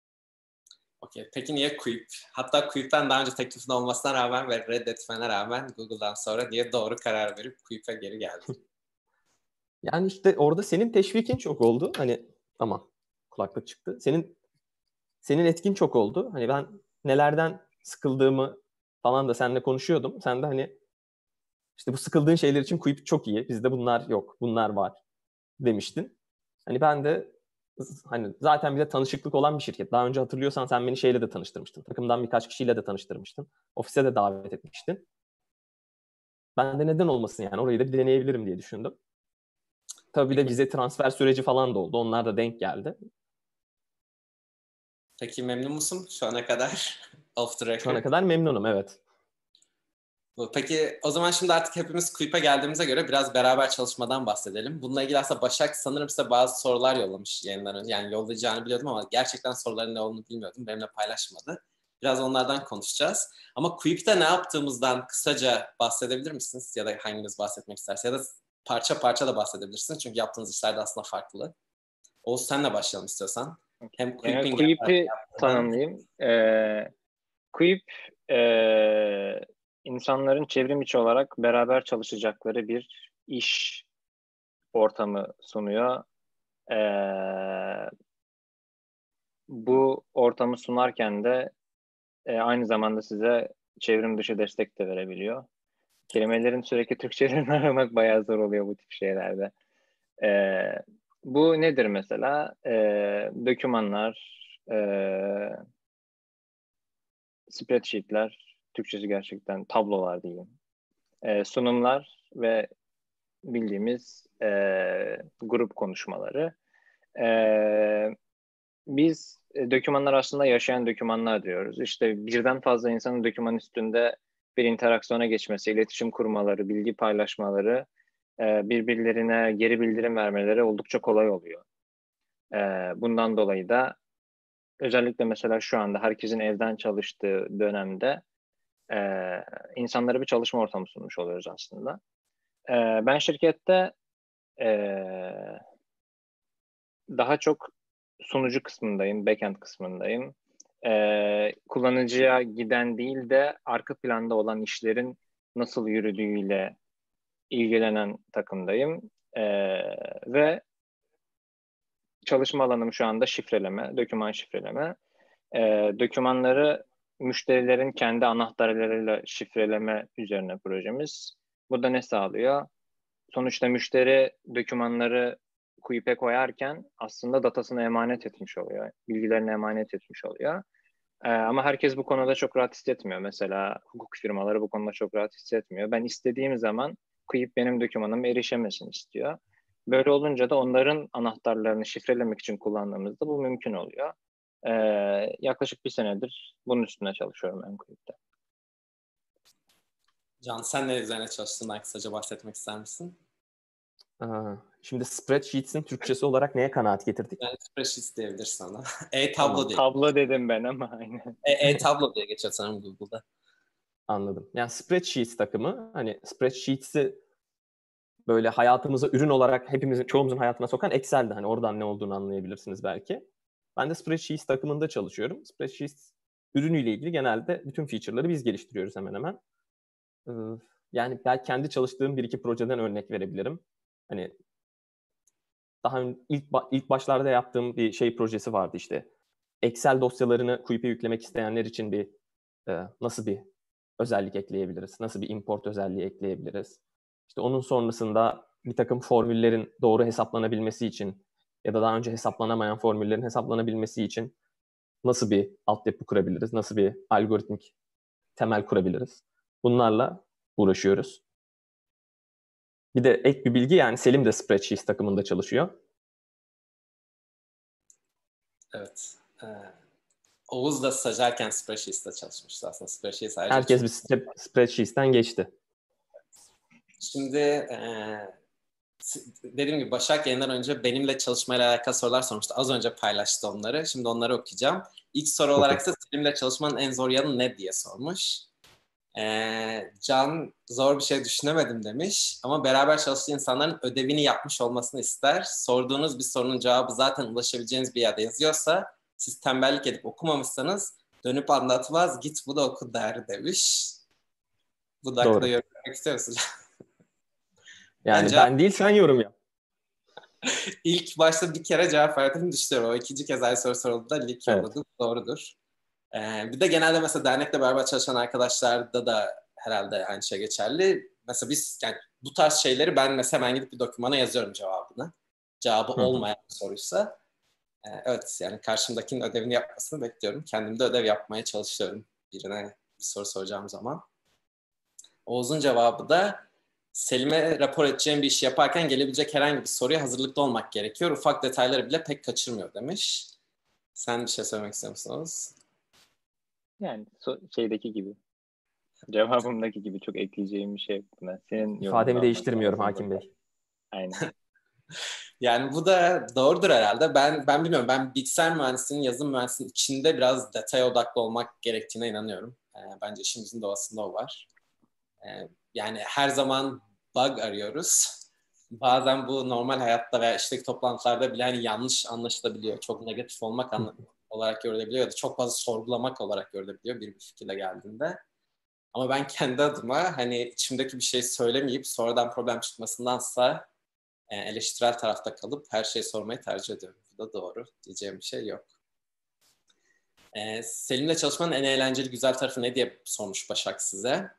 Okey. Peki niye Quip? Hatta Quip'ten daha önce teklifin olmasına rağmen ve reddetmene rağmen Google'dan sonra niye doğru karar verip Quip'e geri geldin? Yani işte orada senin teşvikin çok oldu. Hani aman kulaklık çıktı. Senin etkin çok oldu. Hani ben nelerden sıkıldığımı falan da seninle konuşuyordum. Sen de hani işte bu sıkıldığın şeyler için Quip çok iyi. Bizde bunlar yok. Bunlar var demiştin. Hani ben de hani zaten bir de tanışıklık olan bir şirket. Daha önce hatırlıyorsan sen beni de tanıştırmıştın. Takımdan birkaç kişiyle de tanıştırmıştın. Ofise de davet etmiştin. Ben de neden olmasın yani orayı da bir deneyebilirim diye düşündüm. Tabii bir de vize transfer süreci falan da oldu. Onlar da denk geldi. Peki memnun musun şu ana kadar? Off the record. Şu ana kadar memnunum, evet. Peki o zaman şimdi artık hepimiz Quip'e geldiğimize göre biraz beraber çalışmadan bahsedelim. Bununla ilgili aslında Başak sanırım size bazı sorular yollamış yayından önce. Yani yollayacağını biliyordum ama gerçekten soruların ne olduğunu bilmiyordum. Benimle paylaşmadı. Biraz onlardan konuşacağız. Ama Quip'te ne yaptığımızdan kısaca bahsedebilir misiniz? Ya da hanginiz bahsetmek isterse ya da parça parça da bahsedebilirsiniz. Çünkü yaptığınız işler de aslında farklı. Oğuz senle başlayalım istiyorsan. Hem Yani Quip'in Quip'i tanımlayayım. Quip insanların çevrim içi olarak beraber çalışacakları bir iş ortamı sunuyor. Bu ortamı sunarken de aynı zamanda size çevrim dışı destek de verebiliyor. Kelimelerin sürekli Türkçelerini aramak bayağı zor oluyor bu tip şeylerde. Bu nedir mesela? Dokümanlar, spreadsheetler, Türkçesi gerçekten tablolar diyeyim. Sunumlar ve bildiğimiz grup konuşmaları. Biz dokümanlar aslında yaşayan dokümanlar diyoruz. İşte birden fazla insanın doküman üstünde bir interaksiyona geçmesi, iletişim kurmaları, bilgi paylaşmaları, birbirlerine geri bildirim vermeleri oldukça kolay oluyor. Bundan dolayı da özellikle mesela şu anda herkesin evden çalıştığı dönemde insanlara bir çalışma ortamı sunmuş oluyoruz aslında. Ben şirkette daha çok sunucu kısmındayım, backend kısmındayım. Kullanıcıya giden değil de arka planda olan işlerin nasıl yürüdüğüyle ilgilenen takımdayım. Ve çalışma alanım şu anda şifreleme, doküman şifreleme. Dokümanları müşterilerin kendi anahtarlarıyla şifreleme üzerine projemiz. Bu da ne sağlıyor? Sonuçta müşteri dokümanları Quip'e koyarken aslında datasını emanet etmiş oluyor. Bilgilerini emanet etmiş oluyor. Ama herkes bu konuda çok rahat hissetmiyor. Mesela hukuk firmaları bu konuda çok rahat hissetmiyor. Ben istediğim zaman Quip benim dokümanıma erişemesini istiyor. Böyle olunca da onların anahtarlarını şifrelemek için kullandığımızda bu mümkün oluyor. Yaklaşık bir senedir bunun üstüne çalışıyorum ben Quip'te. Can sen ne üzerine çalıştığından kısaca bahsetmek ister misin? Şimdi spreadsheets'in Türkçesi olarak neye kanaat getirdik? Yani spreadsheet diyebilir sana. E-tablo Tamam. diye. Tablo dedim ben ama aynen. E-tablo diye geçiyor sanırım Google'da. Anladım. Yani spreadsheets takımı hani spreadsheets'i böyle hayatımıza ürün olarak çoğumuzun hayatına sokan Excel'di. Hani oradan ne olduğunu anlayabilirsiniz belki. Ben de Spreadsheet takımında çalışıyorum. Spreadsheet ürünüyle ilgili genelde bütün feature'ları biz geliştiriyoruz hemen hemen. Yani belki kendi çalıştığım bir iki projeden örnek verebilirim. Hani daha ilk başlarda yaptığım bir projesi vardı işte. Excel dosyalarını Quick'e yüklemek isteyenler için nasıl bir özellik ekleyebiliriz? Nasıl bir import özelliği ekleyebiliriz? İşte onun sonrasında bir takım formüllerin doğru hesaplanabilmesi için ya da daha önce hesaplanamayan formüllerin hesaplanabilmesi için nasıl bir altyapı kurabiliriz? Nasıl bir algoritmik temel kurabiliriz? Bunlarla uğraşıyoruz. Bir de ek bir bilgi, yani Selim de Spreadsheet takımında çalışıyor. Evet. Oğuz da stajyerken Spreadsheet'te çalışmıştı aslında. Spreadsheet herkes bir Spreadsheet'ten geçti. Şimdi dediğim gibi Başak yayından önce benimle çalışmayla alakalı sorular sormuştu. Az önce paylaştı onları. Şimdi onları okuyacağım. İlk soru olarak ise Selim'le çalışmanın en zor yanı ne diye sormuş. Can zor bir şey düşünemedim demiş. Ama beraber çalıştığı insanların ödevini yapmış olmasını ister. Sorduğunuz bir sorunun cevabı zaten ulaşabileceğiniz bir yerde yazıyorsa siz tembellik edip okumamışsanız dönüp anlatmaz, git bu da oku der demiş. Bu da hakkında yorum yapmak istiyor musun? Yani ben değil, sen yorum yap. İlk başta bir kere cevap verdiğimi düşünüyorum. O ikinci kez aynı soru sorulduğunda link yolladım. Evet. Doğrudur. Bir de genelde mesela dernekle beraber çalışan arkadaşlarda da herhalde aynı şey geçerli. Mesela biz yani bu tarz şeyleri ben mesela ben gidip bir dokümana yazıyorum cevabını. Cevabı olmayan bir soruysa. Evet, yani karşımdakinin ödevini yapmasını bekliyorum. Kendim de ödev yapmaya çalışıyorum birine bir soru soracağım zaman. Oğuz'un cevabı da Selim'e rapor edeceğim bir işi yaparken gelebilecek herhangi bir soruya hazırlıklı olmak gerekiyor. Ufak detayları bile pek kaçırmıyor demiş. Sen bir şey söylemek istiyor musun Oğuz? Yani şeydeki gibi. Cevabımdaki gibi çok ekleyeceğim bir şey yok buna. Senin İfademi değiştirmiyorum Hakim Bey. Aynen. Yani bu da doğrudur herhalde. Ben bilmiyorum. Ben bilgisayar mühendisliğinin, yazılım mühendisliğinin içinde biraz detaya odaklı olmak gerektiğine inanıyorum. Bence işimizin doğasında o var. Yani her zaman bug arıyoruz. Bazen bu normal hayatta veya işteki toplantılarda bile hani yanlış anlaşılabiliyor. Çok negatif olmak olarak görülebiliyor ya da çok fazla sorgulamak olarak görülebiliyor bir fikirle geldiğinde. Ama ben kendi adıma hani içimdeki bir şey söylemeyip sonradan problem çıkmasındansa eleştirel tarafta kalıp her şeyi sormayı tercih ediyorum. Bu da doğru. Diyeceğim bir şey yok. Selim'le çalışmanın en eğlenceli güzel tarafı ne diye sormuş Başak size.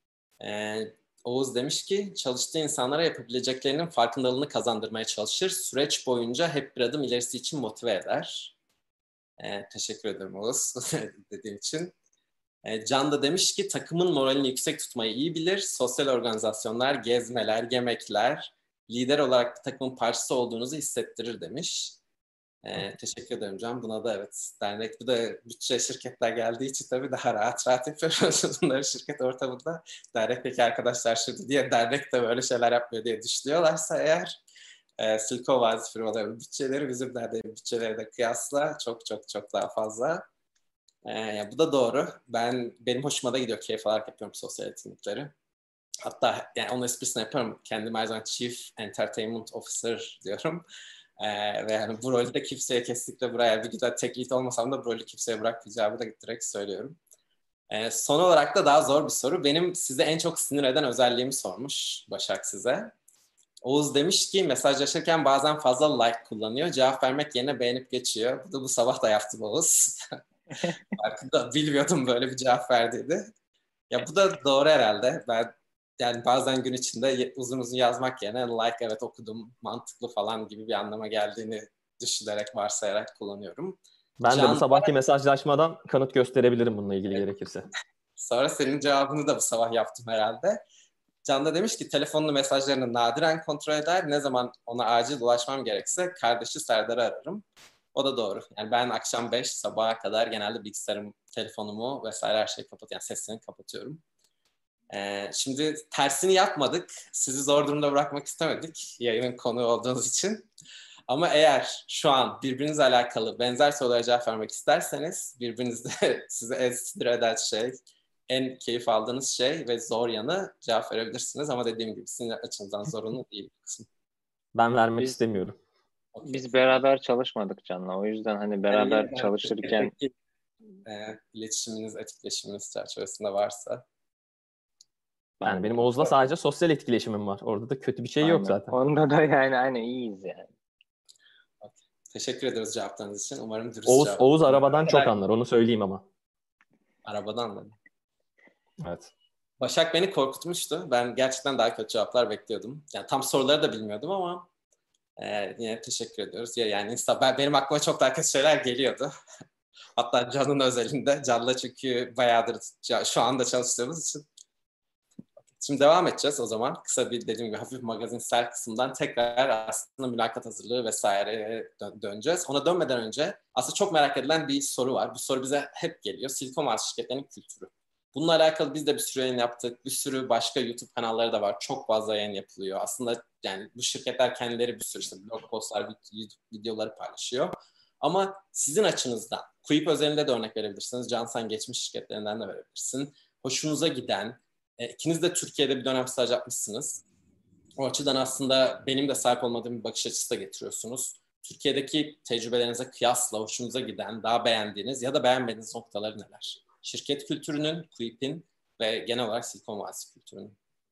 Oğuz demiş ki çalıştığı insanlara yapabileceklerinin farkındalığını kazandırmaya çalışır. Süreç boyunca hep bir adım ilerisi için motive eder. Teşekkür ederim Oğuz dediğim için. Can da demiş ki takımın moralini yüksek tutmayı iyi bilir. Sosyal organizasyonlar, gezmeler, yemekler, lider olarak takımın parçası olduğunuzu hissettirir demiş. Teşekkür ederim Can. Buna da evet dernek bu da bütçe şirketler geldiği için tabii daha rahat yapıyoruz bunları şirket ortamında. Dernekteki arkadaşlar şimdi diye dernek de böyle şeyler yapmıyor diye düşünüyorlarsa eğer Silikon Vadisi firmalarının bütçeleri bizim derneğin bütçelerine kıyasla çok çok çok daha fazla. Yani bu da doğru. Benim hoşuma da gidiyor. Keyif alarak yapıyorum sosyal etkinlikleri. Hatta yani onun esprisini yapıyorum. Kendime her zaman Chief Entertainment Officer diyorum. Ve yani bu rolde kimseye kesinlikle buraya bir güzel tek lead olmasam da bu rolü kimseye bırakmayacağımı da direkt söylüyorum. Son olarak da daha zor bir soru. Benim size en çok sinir eden özelliğimi sormuş Başak size. Oğuz demiş ki mesajlaşırken bazen fazla like kullanıyor. Cevap vermek yerine beğenip geçiyor. Bu sabah da yaptım Oğuz. Farkında bilmiyordum böyle bir cevap verdiğini. Ya bu da doğru herhalde. Ben yani bazen gün içinde uzun uzun yazmak yerine like evet okudum mantıklı falan gibi bir anlama geldiğini düşünerek varsayarak kullanıyorum. Ben de bu sabahki mesajlaşmadan kanıt gösterebilirim bununla ilgili gerekirse. Sonra senin cevabını da bu sabah yaptım herhalde. Can da demiş ki telefonlu mesajlarını nadiren kontrol eder. Ne zaman ona acil ulaşmam gerekse kardeşi Serdar'ı ararım. O da doğru. Yani ben akşam 5 sabaha kadar genelde bilgisayarım, telefonumu vesaire her şeyi kapatıyorum. Yani sesini kapatıyorum. Şimdi tersini yapmadık. Sizi zor durumda bırakmak istemedik yayının konuğu olduğunuz için. Ama eğer şu an birbirinizle alakalı benzer sorulara cevap vermek isterseniz birbirinizde sizi sinir eden şey en keyif aldığınız şey ve zor yanı cevap verebilirsiniz. Ama dediğim gibi sizin açınızdan zorunlu değil bu kısım. Ben vermek Biz istemiyorum. Okay. biz beraber çalışmadık Can'la. O yüzden hani beraber Yani çalışırken iletişiminiz, etkileşiminiz çerçevesinde varsa. Yani benim Oğuz'la sadece sosyal etkileşimim var. Orada da kötü bir şey yok zaten. Onda da yani aynen iyiyiz yani. Okay. Teşekkür ederiz cevaplarınız için. Umarım dürüst cevap. Oğuz arabadan çok anlar. Onu söyleyeyim ama. Arabadan anladım. Evet. Başak beni korkutmuştu. Ben gerçekten daha kötü cevaplar bekliyordum. Yani tam soruları da bilmiyordum ama yine teşekkür ediyoruz. Yani benim aklıma çok daha kötü şeyler geliyordu. Hatta Can'ın özelinde. Can'la çünkü bayağıdır şu anda çalıştığımız için. Şimdi devam edeceğiz o zaman. Kısa bir dediğim gibi hafif magazinsel kısımdan tekrar aslında mülakat hazırlığı vesaireye döneceğiz. Ona dönmeden önce aslında çok merak edilen bir soru var. Bu soru bize hep geliyor. Silikon Vadisi şirketlerinin kültürü. Bununla alakalı biz de bir sürü yayın yaptık. Bir sürü başka YouTube kanalları da var. Çok fazla yayın yapılıyor. Aslında yani bu şirketler kendileri bir sürü işte blog postlar, YouTube videoları paylaşıyor. Ama sizin açınızdan, Quip özelinde de örnek verebilirsiniz. Can sen geçmiş şirketlerinden de verebilirsin. Hoşunuza giden, ikiniz de Türkiye'de bir dönem staj yapmışsınız. O açıdan aslında benim de sahip olmadığım bir bakış açısı da getiriyorsunuz. Türkiye'deki tecrübelerinize kıyasla hoşunuza giden, daha beğendiğiniz ya da beğenmediğiniz noktaları neler? Şirket kültürünün, Quip'in ve genel olarak Silikon Vadisi kültürünün.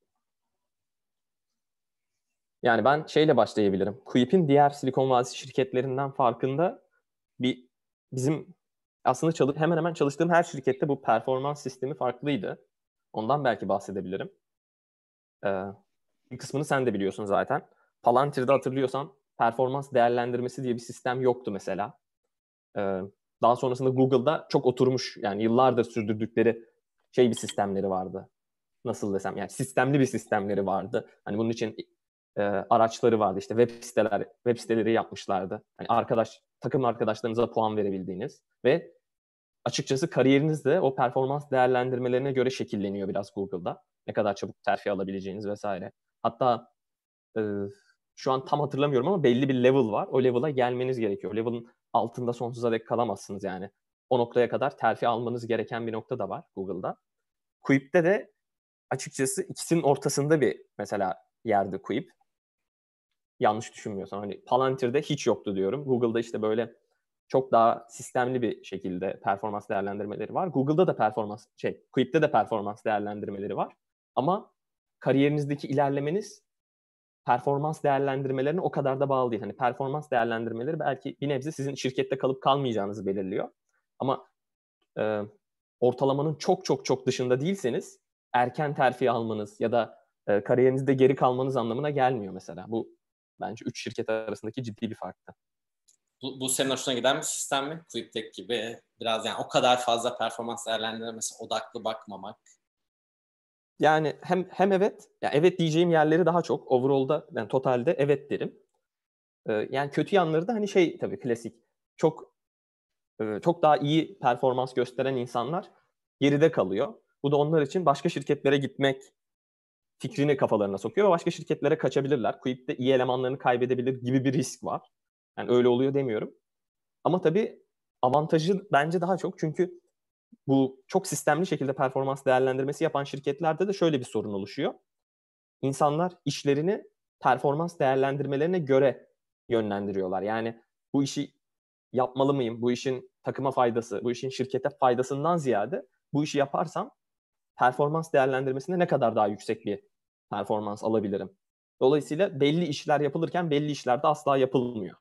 Yani ben şeyle başlayabilirim. Quip'in diğer Silikon Vadisi şirketlerinden farkında bizim aslında hemen hemen çalıştığım her şirkette bu performans sistemi farklıydı. Ondan belki bahsedebilirim. Bir kısmını sen de biliyorsun zaten. Palantir'de hatırlıyorsan performans değerlendirmesi diye bir sistem yoktu mesela. Daha sonrasında Google'da çok oturmuş, yani yıllardır sürdürdükleri bir sistemleri vardı. Nasıl desem, yani sistemli bir sistemleri vardı. Hani bunun için araçları vardı, işte web siteleri yapmışlardı. Hani takım arkadaşlarınıza puan verebildiğiniz ve açıkçası kariyeriniz de o performans değerlendirmelerine göre şekilleniyor biraz Google'da. Ne kadar çabuk terfi alabileceğiniz vesaire. Hatta şu an tam hatırlamıyorum ama belli bir level var. O level'a gelmeniz gerekiyor. O level'ın altında sonsuza dek kalamazsınız yani. O noktaya kadar terfi almanız gereken bir nokta da var Google'da. Quip'te de açıkçası ikisinin ortasında bir mesela yerde Quip. Yanlış düşünmüyorsam. Hani Palantir'de hiç yoktu diyorum. Google'da işte böyle çok daha sistemli bir şekilde performans değerlendirmeleri var. Google'da da Quip'te de performans değerlendirmeleri var. Ama kariyerinizdeki ilerlemeniz performans değerlendirmelerine o kadar da bağlı değil. Hani performans değerlendirmeleri belki bir nebze sizin şirkette kalıp kalmayacağınızı belirliyor. Ama ortalamanın çok çok çok dışında değilseniz erken terfi almanız ya da kariyerinizde geri kalmanız anlamına gelmiyor mesela. Bu bence 3 şirket arasındaki ciddi bir farktı. Bu senin hoşuna giden bir sistem mi? Quip'teki gibi biraz yani o kadar fazla performans değerlendirmesi odaklı bakmamak. Yani hem evet, yani evet diyeceğim yerleri daha çok. Overall'da, yani totalde evet derim. Yani kötü yanları da hani tabii klasik. Çok daha iyi performans gösteren insanlar geride kalıyor. Bu da onlar için başka şirketlere gitmek fikrini kafalarına sokuyor ve başka şirketlere kaçabilirler. Quip'te iyi elemanlarını kaybedebilir gibi bir risk var. Yani öyle oluyor demiyorum. Ama tabii avantajı bence daha çok, çünkü bu çok sistemli şekilde performans değerlendirmesi yapan şirketlerde de şöyle bir sorun oluşuyor. İnsanlar işlerini performans değerlendirmelerine göre yönlendiriyorlar. Yani bu işi yapmalı mıyım? Bu işin takıma faydası, bu işin şirkete faydasından ziyade bu işi yaparsam performans değerlendirmesinde ne kadar daha yüksek bir performans alabilirim? Dolayısıyla belli işler yapılırken belli işler de asla yapılmıyor.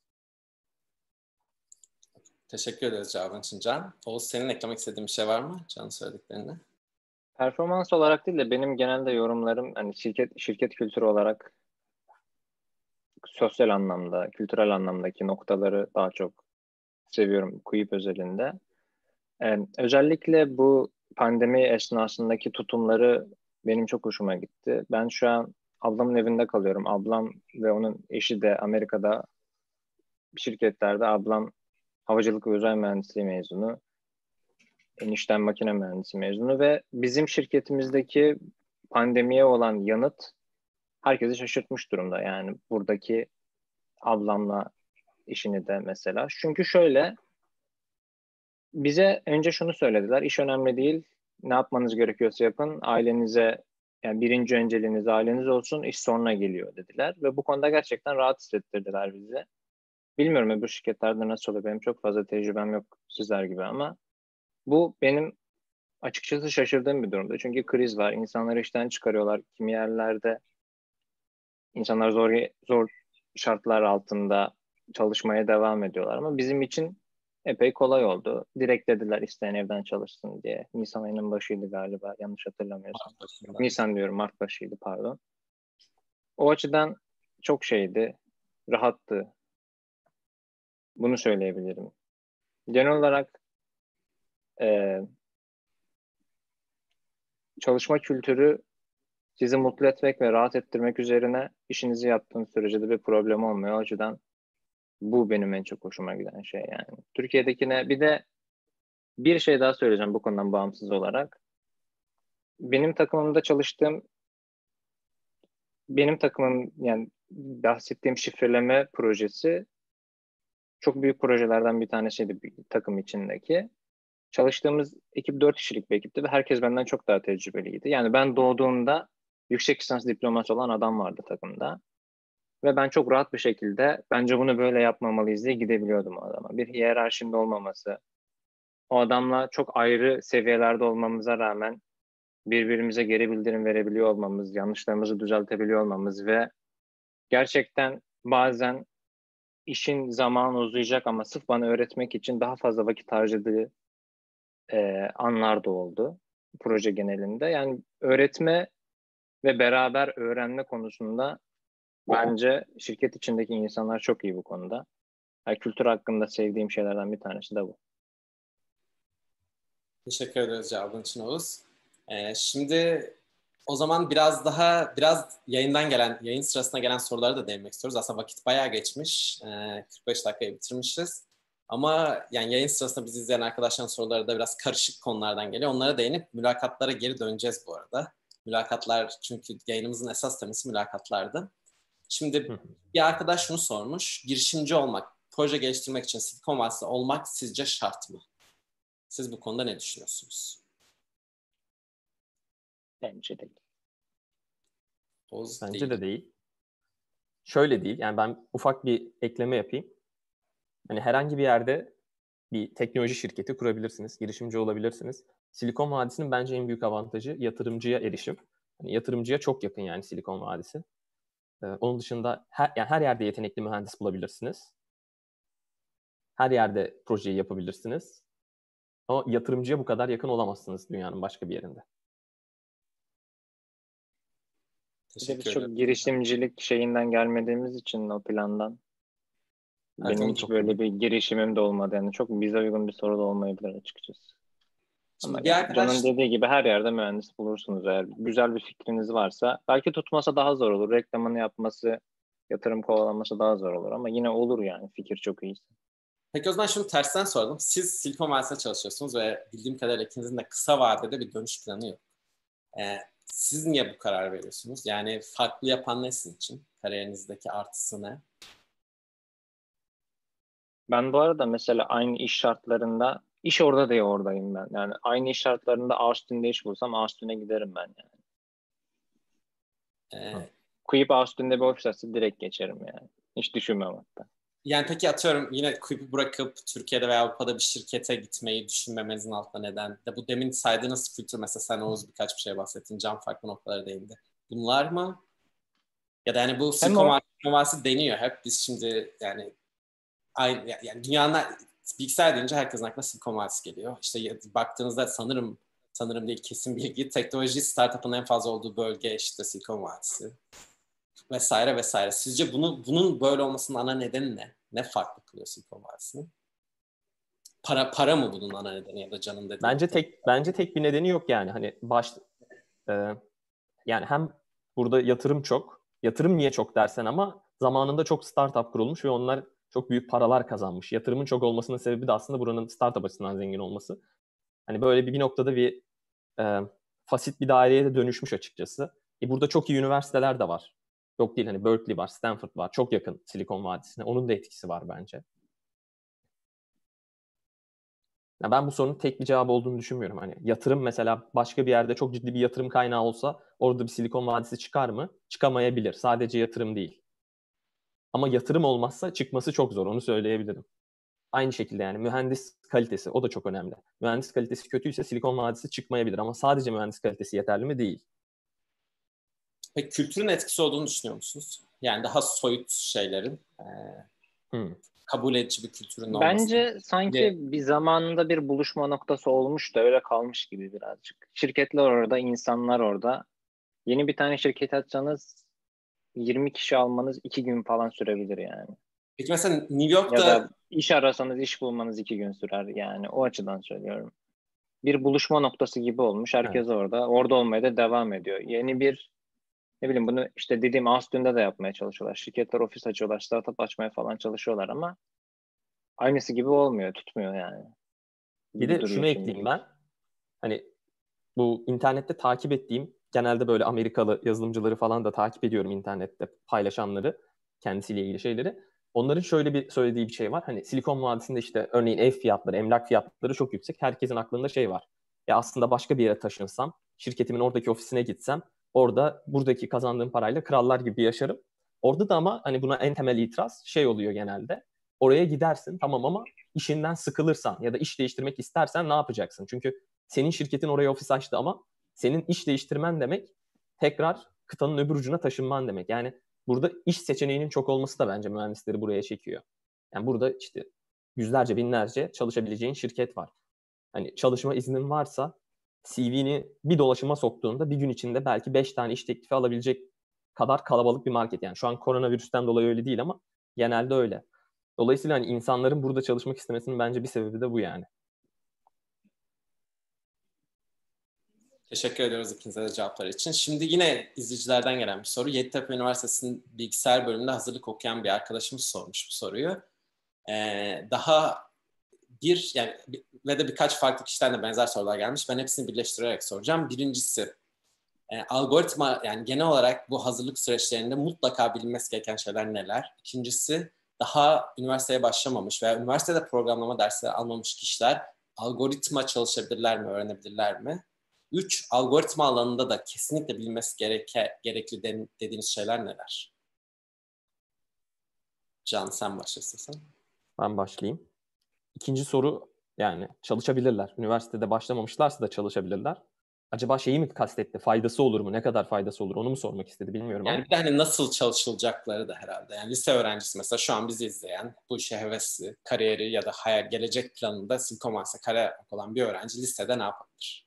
Teşekkür ederiz cevabın için Can. Oğuz, senin eklemek istediğin bir şey var mı Can'ın söylediklerine? Performans olarak değil de benim genelde yorumlarım hani şirket kültürü olarak sosyal anlamda, kültürel anlamdaki noktaları daha çok seviyorum Quip özelinde. Özellikle bu pandemi esnasındaki tutumları benim çok hoşuma gitti. Ben şu an ablamın evinde kalıyorum. Ablam ve onun eşi de Amerika'da şirketlerde. Ablam havacılık ve uzay mühendisliği mezunu. Enişten makine mühendisi mezunu ve bizim şirketimizdeki pandemiye olan yanıt herkesi şaşırtmış durumda. Yani buradaki ablamla işini de mesela. Çünkü şöyle bize önce şunu söylediler. İş önemli değil. ne yapmanız gerekiyorsa yapın. Ailenize, yani birinci önceliğiniz aileniz olsun, iş sonra geliyor dediler. Ve bu konuda gerçekten rahat hissettirdiler bizi. Bilmiyorum öbür şirketlerde nasıl oluyor. Benim çok fazla tecrübem yok sizler gibi ama bu benim açıkçası şaşırdığım bir durumda. Çünkü kriz var. İnsanları işten çıkarıyorlar. Kimi yerlerde insanlar zor şartlar altında çalışmaya devam ediyorlar ama bizim için epey kolay oldu. Direkt dediler isteyen evden çalışsın diye. Nisan ayının başıydı galiba, yanlış hatırlamıyorsam. Nisan diyorum, Mart başıydı pardon. O açıdan çok şeydi, rahattı. Bunu söyleyebilirim. Genel olarak e, çalışma kültürü sizi mutlu etmek ve rahat ettirmek üzerine işinizi yaptığınız sürece de bir problem olmuyor. O açıdan bu benim en çok hoşuma giden şey yani. Türkiye'dekine bir de bir şey daha söyleyeceğim bu konudan bağımsız olarak. Benim takımımda çalıştığım, benim takımım yani bahsettiğim şifreleme projesi çok büyük projelerden bir tanesiydi bir takım içindeki. Çalıştığımız ekip 4 kişilik bir ekipti ve herkes benden çok daha tecrübeliydi. Yani ben doğduğumda yüksek lisans diploması olan adam vardı takımda. Ve ben çok rahat bir şekilde bence bunu böyle yapmamalıyız diye gidebiliyordum o adama. Bir hiyerarşimde olmaması, o adamla çok ayrı seviyelerde olmamıza rağmen birbirimize geri bildirim verebiliyor olmamız, yanlışlarımızı düzeltebiliyor olmamız ve gerçekten bazen işin zamanı uzayacak ama sırf bana öğretmek için daha fazla vakit harcadığı anlar da oldu proje genelinde. Yani öğretme ve beraber öğrenme konusunda bence şirket içindeki insanlar çok iyi bu konuda. Yani kültür hakkında sevdiğim şeylerden bir tanesi de bu. Teşekkür ederiz cevabın için Oğuz. Şimdi o zaman biraz yayın sırasına gelen sorulara da değinmek istiyoruz. Aslında vakit bayağı geçmiş. 45 dakikayı bitirmişiz. Ama yani yayın sırasında bizi izleyen arkadaşların soruları da biraz karışık konulardan geliyor. Onlara değinip mülakatlara geri döneceğiz bu arada. Mülakatlar, çünkü yayınımızın esas teması mülakatlardı. Şimdi bir arkadaş şunu sormuş. Girişimci olmak, proje geliştirmek için Silikon Vadisi'nde olmak sizce şart mı? Siz bu konuda ne düşünüyorsunuz? Bence değil. Bence de değil. Şöyle değil. Yani ben ufak bir ekleme yapayım. Hani herhangi bir yerde bir teknoloji şirketi kurabilirsiniz. Girişimci olabilirsiniz. Silikon Vadisi'nin bence en büyük avantajı yatırımcıya erişim. Hani yatırımcıya çok yakın yani Silikon Vadisi. Onun dışında her yerde yetenekli mühendis bulabilirsiniz. Her yerde projeyi yapabilirsiniz. Ama yatırımcıya bu kadar yakın olamazsınız dünyanın başka bir yerinde. Biz çok girişimcilik şeyinden gelmediğimiz için o plandan. Evet, benim hiç böyle bir girişimim de olmadı. Yani çok bize uygun bir soru da olmayabilir açıkçası. Ama yani Can'ın dediği gibi her yerde mühendis bulursunuz eğer güzel bir fikriniz varsa. Belki tutmasa daha zor olur. Reklamını yapması, yatırım kovalaması daha zor olur ama yine olur yani fikir çok iyiyse. Peki o zaman şunu tersten sordum. Siz Silikon Vadisi'nde çalışıyorsunuz ve bildiğim kadarıyla ikinizin de kısa vadede bir dönüş planı yok. Siz niye bu karar veriyorsunuz? Yani farklı yapan ne sizin için? Kariyerinizdeki artısı ne? Ben bu arada mesela aynı iş şartlarında, iş orada diye oradayım ben. Yani aynı iş şartlarında Austin'de iş bulsam Austin'e giderim ben yani. Kuyup Austin'de bir ofis açsa direkt geçerim yani. Hiç düşünmem hatta. Yani peki atıyorum yine Kuyup'u bırakıp Türkiye'de veya Avrupa'da bir şirkete gitmeyi düşünmemenizin altında neden? De bu demin saydığınız kültür, mesela sen Oğuz birkaç bir şey bahsettin. Can farklı noktalara değindi. Bunlar mı? Ya da yani bu Silikon Vadisi deniyor hep. Biz şimdi yani dünyanın bilgisayar deyince herkesin aklına Silikon Vadisi geliyor. İşte baktığınızda sanırım değil, kesin bilgi, teknoloji startup'ın en fazla olduğu bölge işte Silikon Vadisi. Vesaire vesaire. Sizce bunun böyle olmasının ana nedeni ne? Ne farklı kılıyor Silikon Vadisi'ni? Para mı bunun ana nedeni ya da Can'ın dediği? Bence tek bir nedeni yok yani. Hani yani hem burada yatırım çok. Yatırım niye çok dersen ama zamanında çok startup kurulmuş ve onlar çok büyük paralar kazanmış. Yatırımın çok olmasının sebebi de aslında buranın startup açısından zengin olması. Hani böyle bir noktada bir fasit bir daireye de dönüşmüş açıkçası. Burada çok iyi üniversiteler de var. Yok değil, hani Berkeley var, Stanford var. Çok yakın Silikon Vadisi'ne. Onun da etkisi var bence. Ya ben bu sorunun tek bir cevabı olduğunu düşünmüyorum. Hani yatırım mesela başka bir yerde çok ciddi bir yatırım kaynağı olsa orada bir Silikon Vadisi çıkar mı? Çıkamayabilir. Sadece yatırım değil. Ama yatırım olmazsa çıkması çok zor. Onu söyleyebilirim. Aynı şekilde yani mühendis kalitesi o da çok önemli. Mühendis kalitesi kötüyse Silikon Vadisi çıkmayabilir ama sadece mühendis kalitesi yeterli mi? Değil. Peki kültürün etkisi olduğunu düşünüyor musunuz? Yani daha soyut şeylerin kabul edici bir kültürün olması. Bence sanki bir zamanında bir buluşma noktası olmuş da öyle kalmış gibi birazcık. Şirketler orada, insanlar orada. Yeni bir tane şirket açsanız 20 kişi almanız 2 gün falan sürebilir yani. Peki mesela New Ya York'ta da iş arasanız iş bulmanız 2 gün sürer yani. O açıdan söylüyorum. Bir buluşma noktası gibi olmuş. Evet. Herkes orada. Orada olmaya da devam ediyor. Yeni bir, ne bileyim, bunu işte dediğim Austin'de de yapmaya çalışıyorlar. Şirketler ofis açıyorlar, startup açmaya falan çalışıyorlar ama aynısı gibi olmuyor, tutmuyor yani. Bir Gibi de duruyor şunu ekleyeyim şimdilik. ben. Hani bu internette takip ettiğim genelde böyle Amerikalı yazılımcıları falan da takip ediyorum internette paylaşanları kendisiyle ilgili şeyleri. Onların şöyle bir söylediği bir şey var. Hani Silikon Vadisi'nde işte örneğin ev fiyatları, emlak fiyatları çok yüksek. Herkesin aklında şey var. Ya aslında başka bir yere taşınsam, şirketimin oradaki ofisine gitsem, orada buradaki kazandığım parayla krallar gibi yaşarım. Orada da ama hani buna en temel itiraz şey oluyor genelde. Oraya gidersin tamam ama işinden sıkılırsan ya da iş değiştirmek istersen ne yapacaksın? Çünkü senin şirketin oraya ofis açtı ama senin iş değiştirmen demek tekrar kıtanın öbür ucuna taşınman demek. Yani burada iş seçeneğinin çok olması da bence mühendisleri buraya çekiyor. Yani burada işte yüzlerce, binlerce çalışabileceğin şirket var. Hani çalışma iznin varsa CV'ni bir dolaşıma soktuğunda bir gün içinde belki 5 tane iş teklifi alabilecek kadar kalabalık bir market. Yani şu an koronavirüsten dolayı öyle değil ama genelde öyle. Dolayısıyla hani insanların burada çalışmak istemesinin bence bir sebebi de bu yani. teşekkür ediyoruz ikinize de cevaplar için. Şimdi yine izleyicilerden gelen bir soru. Yeditepe Üniversitesi'nin bilgisayar bölümünde hazırlık okuyan bir arkadaşımız sormuş bu soruyu. Daha yani ve de birkaç farklı kişiden de benzer sorular gelmiş. Ben hepsini birleştirerek soracağım. Birincisi, algoritma, yani genel olarak bu hazırlık süreçlerinde mutlaka bilinmesi gereken şeyler neler? İkincisi, daha üniversiteye başlamamış veya üniversitede programlama dersleri almamış kişiler algoritma çalışabilirler mi, öğrenebilirler mi? 3, algoritma alanında da kesinlikle bilinmesi gerekli dediğiniz şeyler neler? Can, sen başla istersen. Ben başlayayım. İkinci soru yani çalışabilirler. Üniversitede başlamamışlarsa da çalışabilirler. Acaba şeyi mi kastetti? Faydası olur mu? Ne kadar faydası olur? Onu mu sormak istedi bilmiyorum Yani ama. bir de hani nasıl çalışılacakları da herhalde. Yani lise öğrencisi mesela şu an bizi izleyen, bu işe hevesli, kariyeri ya da hayal, gelecek planında Silikon Vadisi'ne kariyer yapmak olan bir öğrenci lisede ne yapabilir?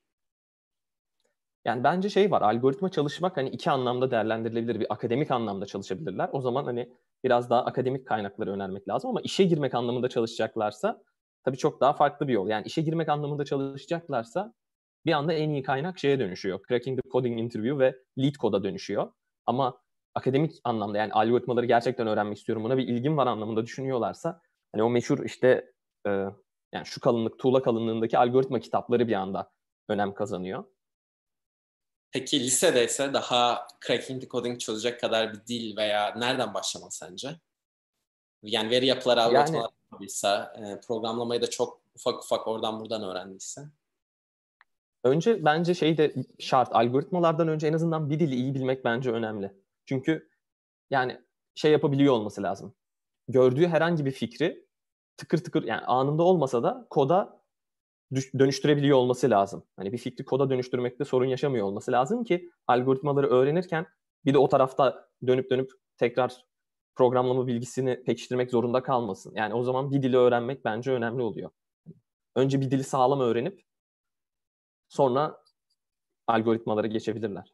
Yani bence şey var. Algoritma çalışmak hani iki anlamda değerlendirilebilir. Bir akademik anlamda çalışabilirler. O zaman hani biraz daha akademik kaynakları önermek lazım ama işe girmek anlamında çalışacaklarsa tabii çok daha farklı bir yol. Yani işe girmek anlamında çalışacaklarsa bir anda en iyi kaynak şeye dönüşüyor. Cracking the Coding Interview ve Lead Code'a dönüşüyor. Ama akademik anlamda yani algoritmaları gerçekten öğrenmek istiyorum, buna bir ilgim var anlamında düşünüyorlarsa hani o meşhur işte yani şu kalınlık, tuğla kalınlığındaki algoritma kitapları bir anda önem kazanıyor. Peki lisede ise daha cracking the coding çözecek kadar bir dil veya nereden başlamalı sence? Yani veri yapıları, Yani algoritmalar yapabilirse, programlamayı da çok ufak ufak oradan buradan öğrendiyse. önce bence şey de şart. Algoritmalardan önce en azından bir dili iyi bilmek bence önemli. Çünkü yani şey yapabiliyor olması lazım. Gördüğü herhangi bir fikri tıkır tıkır yani anında olmasa da koda dönüştürebiliyor olması lazım. Hani bir fikri koda dönüştürmekte sorun yaşamıyor olması lazım ki algoritmaları öğrenirken bir de o tarafta dönüp dönüp tekrar programlama bilgisini pekiştirmek zorunda kalmasın. Yani o zaman bir dili öğrenmek bence önemli oluyor. Önce bir dili sağlam öğrenip sonra algoritmalara geçebilirler.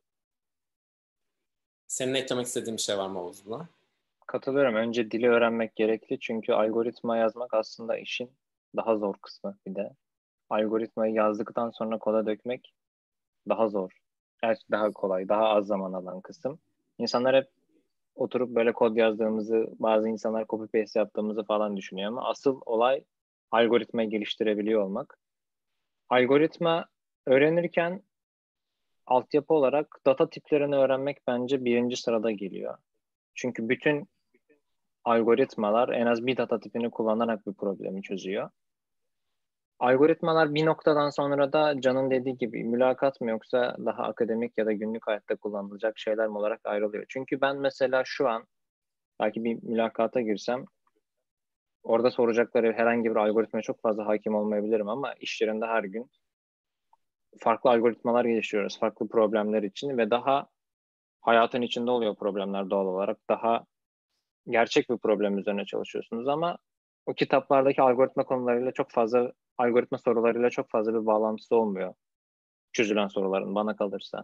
Senin eklemek istediğin bir şey var mı Oğuz buna? Katılıyorum. Önce dili öğrenmek gerekli çünkü algoritma yazmak aslında işin daha zor kısmı bir de. Algoritmayı yazdıktan sonra koda dökmek daha zor. Gerçi daha kolay, daha az zaman alan kısım. İnsanlar hep oturup böyle kod yazdığımızı, bazı insanlar copy paste yaptığımızı falan düşünüyor ama asıl olay algoritmayı geliştirebiliyor olmak. Algoritma öğrenirken altyapı olarak data tiplerini öğrenmek bence birinci sırada geliyor. Çünkü bütün algoritmalar en az bir data tipini kullanarak bir problemi çözüyor. algoritmalar bir noktadan sonra da Can'ın dediği gibi mülakat mı yoksa daha akademik ya da günlük hayatta kullanılacak şeyler mi olarak ayrılıyor. Çünkü ben mesela şu an belki bir mülakata girsem orada soracakları herhangi bir algoritmaya çok fazla hakim olmayabilirim ama iş yerinde her gün farklı algoritmalar geliştiriyoruz farklı problemler için ve daha hayatın içinde oluyor problemler doğal olarak. Daha gerçek bir problem üzerine çalışıyorsunuz ama o kitaplardaki algoritma konularıyla çok fazla algoritma sorularıyla çok fazla bir bağlantısı olmuyor çözülen soruların bana kalırsa.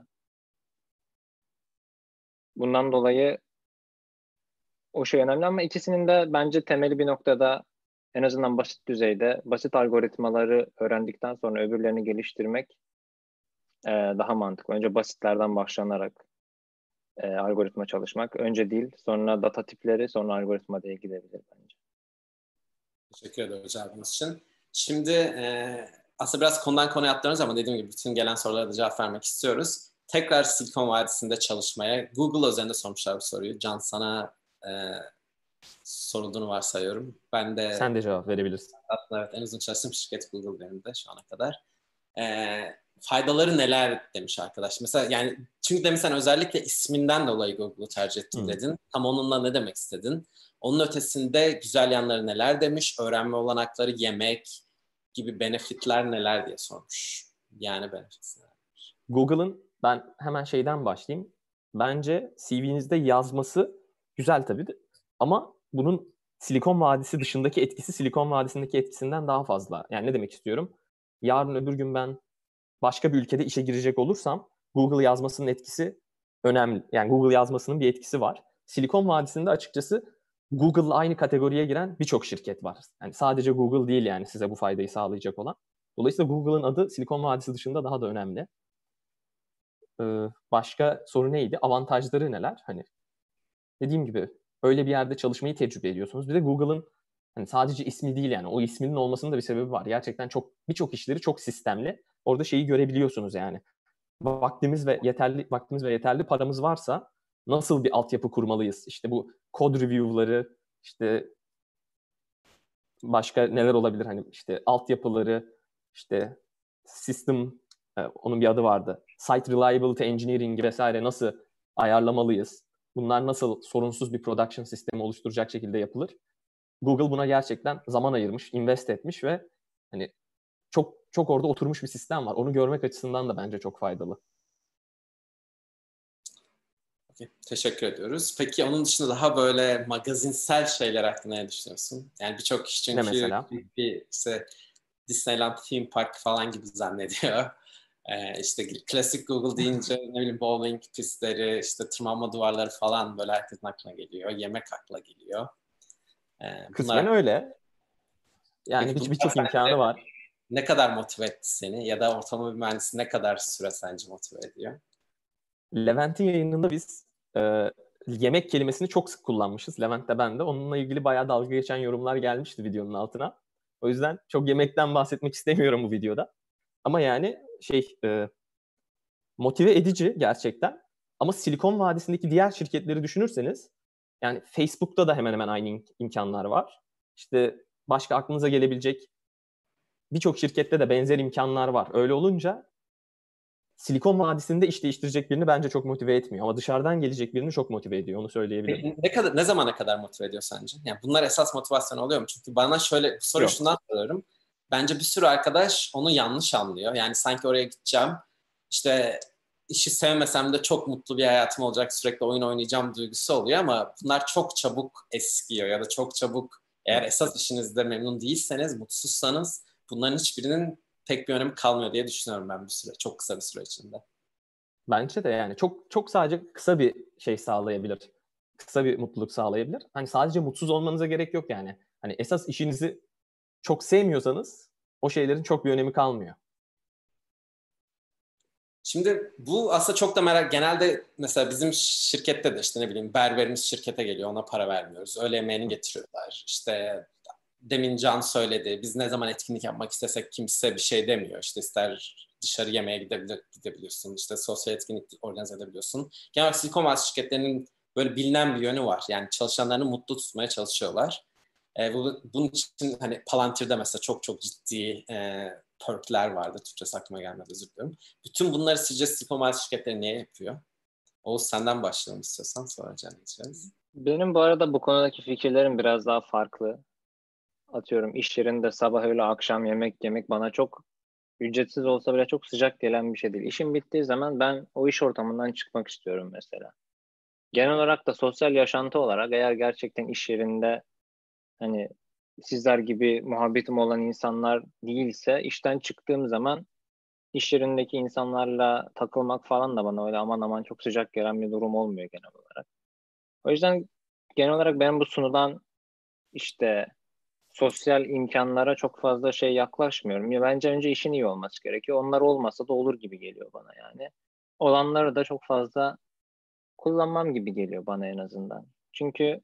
Bundan dolayı o şey önemli ama ikisinin de bence temeli bir noktada en azından basit düzeyde basit algoritmaları öğrendikten sonra öbürlerini geliştirmek daha mantıklı. Önce basitlerden başlanarak algoritma çalışmak. Önce değil, sonra data tipleri, sonra algoritma diye gidebilir bence. Teşekkür ederim cevabınız için. Şimdi aslında biraz konudan konuya atlıyoruz ama dediğim gibi bütün gelen sorulara da cevap vermek istiyoruz. Tekrar Silikon Vadisi'nde çalışmaya, Google üzerinde sormuşlar bu soruyu. Can sana sorulduğunu varsayıyorum. Ben de sen de cevap verebilirsin. aslında evet en uzun çalıştığım şirket Google benim de şu ana kadar. Faydaları neler demiş arkadaş. Mesela yani çünkü demin sen özellikle isminden dolayı Google'u tercih ettim dedin. Tam onunla ne demek istedin? Onun ötesinde güzel yanları neler demiş? Öğrenme olanakları, yemek gibi benefitler neler diye sormuş. Yani benefitler. Google'ın ben hemen şeyden başlayayım. Bence CV'nizde yazması güzel tabii de. Ama bunun Silikon Vadisi dışındaki etkisi Silikon Vadisi'ndeki etkisinden daha fazla. Yani ne demek istiyorum? Yarın öbür gün ben başka bir ülkede işe girecek olursam Google yazmasının etkisi önemli. Yani Google yazmasının bir etkisi var. Silikon Vadisi'nde açıkçası Google'la aynı kategoriye giren birçok şirket var. Yani sadece Google değil yani size bu faydayı sağlayacak olan. Dolayısıyla Google'ın adı Silikon Vadisi dışında daha da önemli. Başka soru neydi? Avantajları neler? Hani dediğim gibi öyle bir yerde çalışmayı tecrübe ediyorsunuz. Bir de Google'ın hani sadece ismi değil yani o isminin olmasının da bir sebebi var. Gerçekten birçok işleri çok sistemli. Orada şeyi görebiliyorsunuz yani. Vaktimiz ve yeterli paramız varsa nasıl bir altyapı kurmalıyız? İşte bu code review'ları, işte başka neler olabilir hani işte altyapıları, işte system onun bir adı vardı. Site reliability engineering vesaire nasıl ayarlamalıyız? Bunlar nasıl sorunsuz bir production sistemi oluşturacak şekilde yapılır? Google buna gerçekten zaman ayırmış, invest etmiş ve hani çok çok orada oturmuş bir sistem var. Onu görmek açısından da bence çok faydalı. Okay, teşekkür ediyoruz. Peki onun dışında daha böyle magazinsel şeyler hakkında ne düşünüyorsun? Yani birçok kişi Ne çünkü mesela? bir işte Disneyland Theme Park falan gibi zannediyor. İşte klasik Google deyince ne bileyim bowling pistleri, işte tırmanma duvarları falan böyle herkesin aklına geliyor. Yemek akla geliyor. Kısmen öyle. Yani Peki bunlar birçok imkanı var. ne kadar motive etti seni? Ya da ortalama bir mühendisi ne kadar süre sence motive ediyor? Levent'in yayınında biz yemek kelimesini çok sık kullanmışız. Levent de ben de. Onunla ilgili bayağı dalga geçen yorumlar gelmişti videonun altına. O yüzden çok yemekten bahsetmek istemiyorum bu videoda. Ama yani motive edici gerçekten. Ama Silikon Vadisi'ndeki diğer şirketleri düşünürseniz yani Facebook'ta da hemen hemen aynı imkanlar var. İşte başka aklınıza gelebilecek birçok şirkette de benzer imkanlar var. Öyle olunca Silikon Vadisi'nde iş değiştirecek birini bence çok motive etmiyor. Ama dışarıdan gelecek birini çok motive ediyor. Onu söyleyebilirim. Ne zamana kadar motive ediyor sence? Yani bunlar esas motivasyon oluyor mu? Çünkü bana şöyle bu soruyu Yok. şundan soruyorum. Bence bir sürü arkadaş onu yanlış anlıyor. Yani sanki oraya gideceğim. İşte işi sevmesem de çok mutlu bir hayatım olacak. Sürekli oyun oynayacağım duygusu oluyor ama bunlar çok çabuk eskiyor ya da çok çabuk eğer esas işinizde memnun değilseniz, mutsuzsanız bunların hiçbirinin pek bir önemi kalmıyor diye düşünüyorum ben bir süre. Çok kısa bir süre içinde. Bence de yani çok sadece kısa bir şey sağlayabilir. Kısa bir mutluluk sağlayabilir. Hani sadece mutsuz olmanıza gerek yok yani. Hani esas işinizi çok sevmiyorsanız o şeylerin çok bir önemi kalmıyor. Şimdi bu aslında çok da genelde mesela bizim şirkette de işte ne bileyim berberimiz şirkete geliyor ona para vermiyoruz. Öğle yemeğini getiriyorlar. İşte demin Can söyledi biz ne zaman etkinlik yapmak istesek kimse bir şey demiyor. İşte ister dışarı yemeğe gidebiliyorsun işte sosyal etkinlik organize edebiliyorsun. Genel olarak Silikon Vadisi şirketlerinin böyle bilinen bir yönü var. Yani çalışanlarını mutlu tutmaya çalışıyorlar. Bunun için hani Palantir'de mesela çok çok ciddi perkler vardı. Türkçesi aklıma gelmedi, özür diliyorum. Bütün bunları sizce Silikon Vadisi şirketleri niye yapıyor? Oğuz, senden başlayalım istiyorsan, sonra Can geçeceğiz. Benim bu arada bu konudaki fikirlerim biraz daha farklı. Atıyorum iş yerinde sabah öğle akşam yemek yemek bana çok ücretsiz olsa bile çok sıcak gelen bir şey değil. İşim bittiği zaman ben o iş ortamından çıkmak istiyorum mesela. Genel olarak da sosyal yaşantı olarak eğer gerçekten iş yerinde hani sizler gibi muhabbetim olan insanlar değilse işten çıktığım zaman iş yerindeki insanlarla takılmak falan da bana öyle aman aman çok sıcak gelen bir durum olmuyor genel olarak. O yüzden genel olarak ben bu sunulan işte sosyal imkanlara çok fazla şey yaklaşmıyorum. Ya bence önce işin iyi olması gerekiyor. Onlar olmasa da olur gibi geliyor bana yani. Olanları da çok fazla kullanmam gibi geliyor bana en azından. Çünkü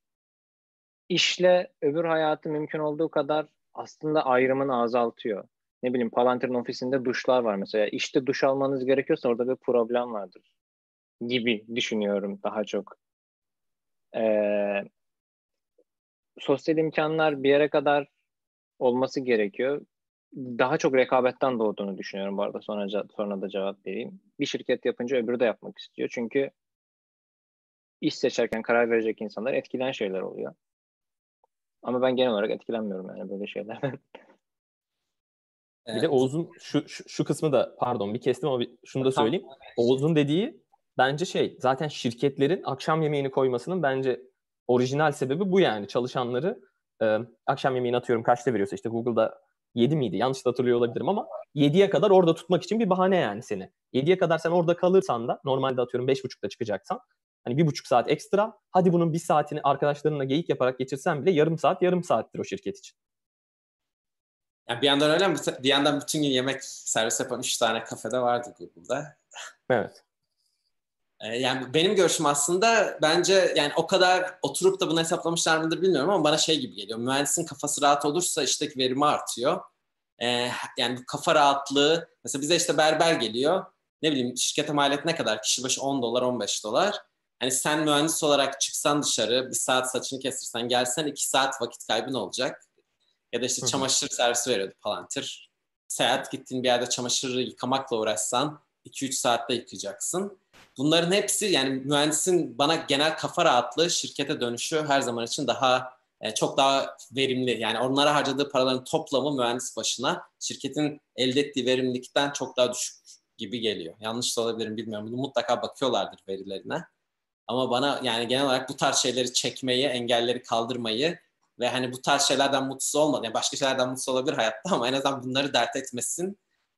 işle öbür hayatı mümkün olduğu kadar aslında ayrımını azaltıyor. Ne bileyim Palantir'in ofisinde duşlar var mesela. İşte duş almanız gerekiyorsa orada bir problem vardır gibi düşünüyorum daha çok. Ee, Sosyal imkanlar bir yere kadar olması gerekiyor. Daha çok rekabetten doğduğunu düşünüyorum bu arada. Sonra da cevap vereyim. Bir şirket yapınca öbürü de yapmak istiyor. Çünkü iş seçerken karar verecek insanlar etkilen şeyler oluyor. Ama ben genel olarak etkilenmiyorum yani böyle şeylerden. Bir de Oğuz'un şu kısmı da, pardon bir kestim ama şunu da Tam söyleyeyim. Oğuz'un dediği bence zaten şirketlerin akşam yemeğini koymasının bence orijinal sebebi bu yani. Çalışanları akşam yemeğini atıyorum kaçta veriyorsa, işte Google'da 7 miydi? Yanlış da hatırlıyor olabilirim ama 7'ye kadar orada tutmak için bir bahane yani seni. 7'ye kadar sen orada kalırsan da, normalde atıyorum 5.30'da çıkacaksan, hani 1.5 saat ekstra, hadi bunun 1 saatini arkadaşlarınla geyik yaparak geçirsen bile yarım saattir o şirket için. Yani bir yandan öyle ama bir yandan bütün gün yemek servis yapan 3 tane kafede vardı Google'da. Evet. Yani benim görüşüm aslında, bence yani o kadar oturup da bunu hesaplamışlar mıdır bilmiyorum ama bana şey gibi geliyor. Mühendisin kafası rahat olursa işteki verimi artıyor. Yani bu kafa rahatlığı, mesela bize işte berber geliyor. Ne bileyim, şirkete maliyet ne kadar? Kişi başı $10, $15. Hani sen mühendis olarak çıksan dışarı, 1 saat saçını kestirsen, gelsen 2 saat vakit kaybın olacak. Ya da işte çamaşır servisi veriyordu Palantir. Seyahat gittiğin bir yerde çamaşırı yıkamakla uğraşsan 2-3 saatte yıkayacaksın. Bunların hepsi, yani mühendisin bana genel kafa rahatlığı, şirkete dönüşü her zaman için çok daha verimli. Yani onlara harcadığı paraların toplamı mühendis başına şirketin elde ettiği verimlilikten çok daha düşük gibi geliyor. Yanlış da olabilirim, bilmiyorum. Bunu mutlaka bakıyorlardır verilerine. Ama bana yani genel olarak bu tarz şeyleri çekmeyi, engelleri kaldırmayı ve hani bu tarz şeylerden mutsuz olmadı. Yani başka şeylerden mutsuz olabilir hayatta ama en azından bunları dert etmesin.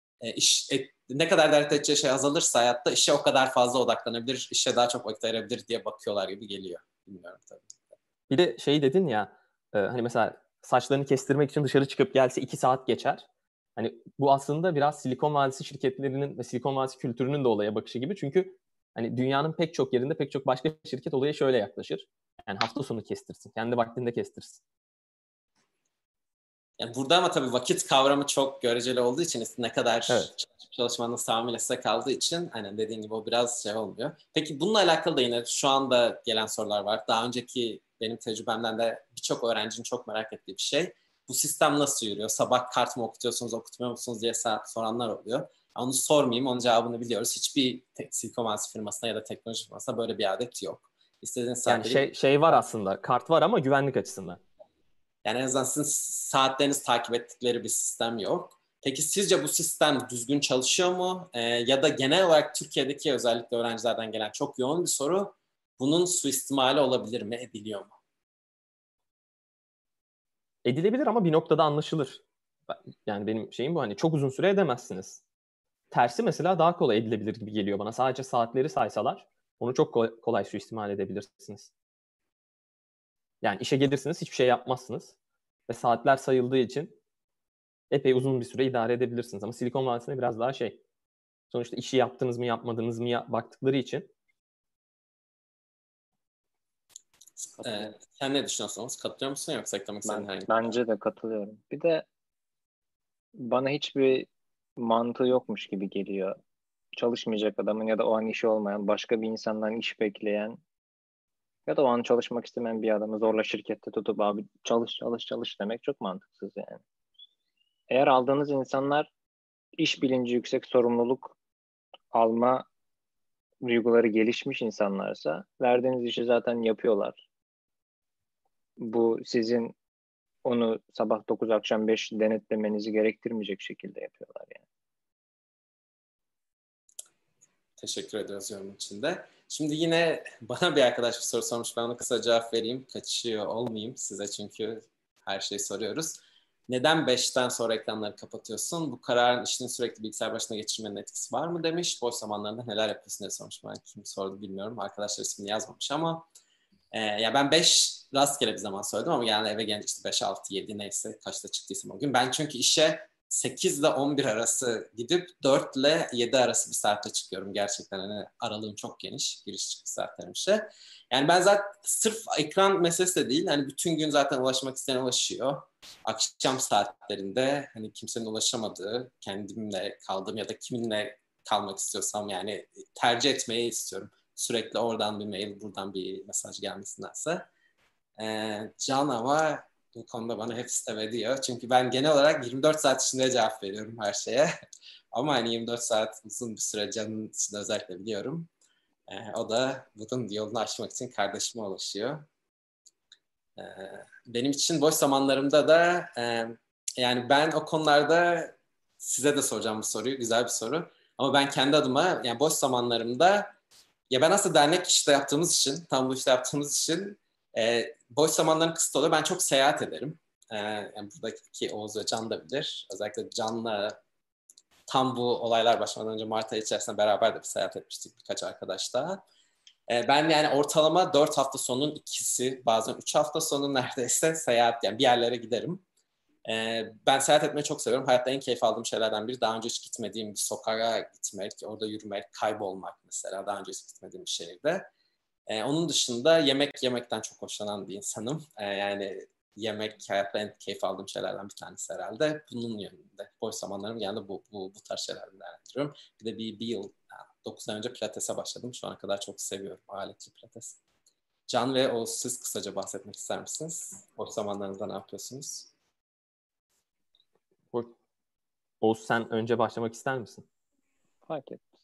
Ne kadar dert edeceği şey azalırsa hayatta, işe o kadar fazla odaklanabilir, işe daha çok vakit ayırabilir diye bakıyorlar gibi geliyor. Bilmiyorum tabii. Bir de dedin ya, hani mesela saçlarını kestirmek için dışarı çıkıp gelse 2 saat geçer. Hani bu aslında biraz Silikon Vadisi şirketlerinin ve Silikon Vadisi kültürünün de olaya bakışı gibi. Çünkü hani dünyanın pek çok yerinde pek çok başka şirket olaya şöyle yaklaşır. Yani hafta sonu kestirsin, kendi vaktinde kestirsin. Yani burada ama tabii vakit kavramı çok göreceli olduğu için, ne kadar Evet. çalışmanın tamamıyla size kaldığı için aynen dediğin gibi o biraz şey olmuyor. Peki bununla alakalı da yine şu anda gelen sorular var. Daha önceki benim tecrübemden de birçok öğrencinin çok merak ettiği bir şey. Bu sistem nasıl yürüyor? Sabah kart mı okutuyorsunuz, okutmuyor musunuz diye soranlar oluyor. Onu sormayayım, onun cevabını biliyoruz. Hiçbir Silikon Vadisi firmasına ya da teknoloji firmasına böyle bir adet yok. İstediğiniz Yani saatte var aslında, kart var ama güvenlik açısından. Yani en azından sizin saatlerinizi takip ettikleri bir sistem yok. Peki sizce bu sistem düzgün çalışıyor mu? Ya da genel olarak Türkiye'deki özellikle öğrencilerden gelen çok yoğun bir soru, bunun suistimali olabilir mi, ediliyor mu? Edilebilir ama bir noktada anlaşılır. Yani benim şeyim bu, hani çok uzun süre edemezsiniz. Tersi mesela daha kolay edilebilir gibi geliyor bana. Sadece saatleri saysalar onu çok kolay suistimal edebilirsiniz. Yani işe gelirsiniz, hiçbir şey yapmazsınız. Ve saatler sayıldığı için epey uzun bir süre idare edebilirsiniz. Ama Silikon Vadisi'nde biraz daha sonuçta işi yaptınız mı yapmadınız mı baktıkları için. Sen ne düşünüyorsunuz? Katılıyor musun yoksa eklemek istediğin herhangi bir şey? Bence de katılıyorum. Bir de bana hiçbir mantığı yokmuş gibi geliyor. Çalışmayacak adamın ya da o an işi olmayan başka bir insandan iş bekleyen Ya da o an çalışmak istemeyen bir adamı zorla şirkette tutup abi çalış demek çok mantıksız yani. Eğer aldığınız insanlar iş bilinci yüksek, sorumluluk alma duyguları gelişmiş insanlarsa verdiğiniz işi zaten yapıyorlar. Bu sizin onu sabah 9 akşam 5 denetlemenizi gerektirmeyecek şekilde yapıyorlar yani. Teşekkür ediyoruz yorum için de. Şimdi yine bana bir arkadaş bir soru sormuş. Ben ona kısa cevap vereyim. Kaçıyor olmayayım size çünkü her şeyi soruyoruz. Neden 5'ten sonra ekranları kapatıyorsun? Bu kararın işini sürekli bilgisayar başına geçirmenin etkisi var mı demiş. Boş zamanlarında neler yapıyorsun diye sormuş. Ben kim sordu bilmiyorum. Arkadaşlar ismini yazmamış ama ya ben 5 rastgele bir zaman söyledim ama yani eve gelince işte 5, 6, 7 neyse kaçta çıktıysam o gün. Ben çünkü işe 8 ile 11 arası gidip 4 ile 7 arası bir saatte çıkıyorum. Gerçekten hani aralığım çok geniş. Giriş çıkış saatlerim işe. Yani ben zaten sırf ekran meselesi de değil. Hani bütün gün zaten ulaşmak isteyen ulaşıyor. Akşam saatlerinde hani kimsenin ulaşamadığı, kendimle kaldığım ya da kiminle kalmak istiyorsam yani tercih etmeyi istiyorum. Sürekli oradan bir mail, buradan bir mesaj gelmesindense. Can ama bu konuda bana hep sitem ediyor. Çünkü ben genel olarak 24 saat içinde cevap veriyorum her şeye. Ama hani 24 saat uzun bir süre Can'ın içinde özellikle biliyorum. O da bunun yolunu aşmak için kardeşime ulaşıyor. Benim için boş zamanlarımda da yani ben o konularda size de soracağım bu soruyu. Güzel bir soru. Ama ben kendi adıma yani boş zamanlarımda ya ben aslında dernek işte yaptığımız için, tam bu işte yaptığımız için boş zamanlarım kısıtlı oluyor. Ben çok seyahat ederim. Yani buradaki Oğuz ve Can da bilir. Özellikle Can'la tam bu olaylar başlamadan önce Mart ayı içerisinde beraber de bir seyahat etmiştik birkaç arkadaş daha. Ben yani ortalama 4 hafta sonunun ikisi, bazen 3 hafta sonu neredeyse seyahat, yani bir yerlere giderim. Ben seyahat etmeyi çok seviyorum. Hayatta en keyif aldığım şeylerden biri daha önce hiç gitmediğim bir sokağa gitmek, orada yürümek, kaybolmak mesela daha önce hiç gitmediğim bir şehirde. Onun dışında yemek yemekten çok hoşlanan bir insanım. Yani yemek hayatta en keyif aldığım şeylerden bir tanesi herhalde. Bunun yönünde. Boş zamanlarım genelde bu tarz şeylerden değerlendiriyorum. Bir de bir yıl, 9 ay önce pilatese başladım. Şu ana kadar çok seviyorum aletli pilates. Can ve Oğuz, siz kısaca bahsetmek ister misiniz? Boş zamanlarınızda ne yapıyorsunuz? Oğuz, sen önce başlamak ister misin? Fark etmez.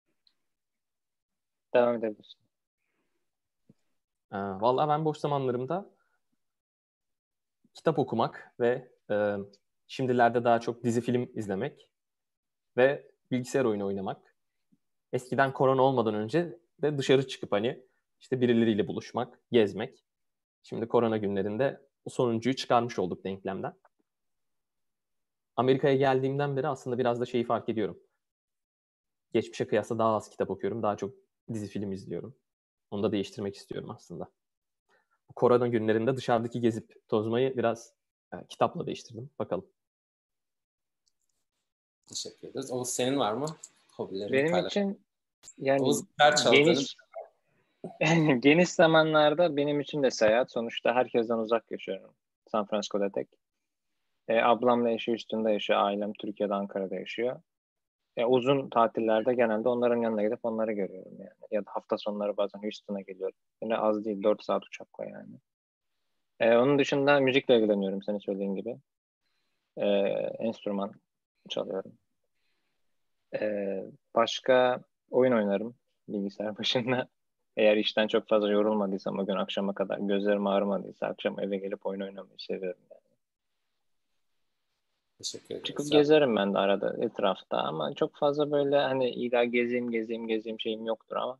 Devam edebilirsin. Vallahi ben boş zamanlarımda kitap okumak ve şimdilerde daha çok dizi film izlemek ve bilgisayar oyunu oynamak. Eskiden korona olmadan önce de dışarı çıkıp hani işte birileriyle buluşmak, gezmek. Şimdi korona günlerinde o sonuncuyu çıkarmış olduk denklemden. Amerika'ya geldiğimden beri aslında biraz da şeyi fark ediyorum. Geçmişe kıyasla daha az kitap okuyorum. Daha çok dizi film izliyorum. Onu da değiştirmek istiyorum aslında. Bu korona günlerinde dışarıdaki gezip tozmayı biraz kitapla değiştirdim. Bakalım. Teşekkür ederiz. Oğuz, senin var mı? Hobilerini Benim paylaş. için yani Oğuz gitar çaldığını geniş geniş zamanlarda benim için de seyahat. Sonuçta herkesten uzak yaşıyorum. San Francisco'da tek. Ablamla eşi üstünde yaşıyor. Ailem Türkiye'de, Ankara'da yaşıyor. Uzun tatillerde genelde onların yanına gidip onları görüyorum yani. Ya da hafta sonları bazen Houston'a geliyorum. Yine az değil, 4 saat uçakla yani. Onun dışında müzikle ilgileniyorum senin söylediğin gibi. Enstrüman çalıyorum. Başka oyun oynarım bilgisayar başında. Eğer işten çok fazla yorulmadıysam o gün akşama kadar gözlerim ağrımadıysa akşam eve gelip oyun oynamayı seviyorum yani. teşekkür ederiz. Çıkıp gezerim ben de arada etrafta ama çok fazla böyle hani illa gezeyim şeyim yoktur ama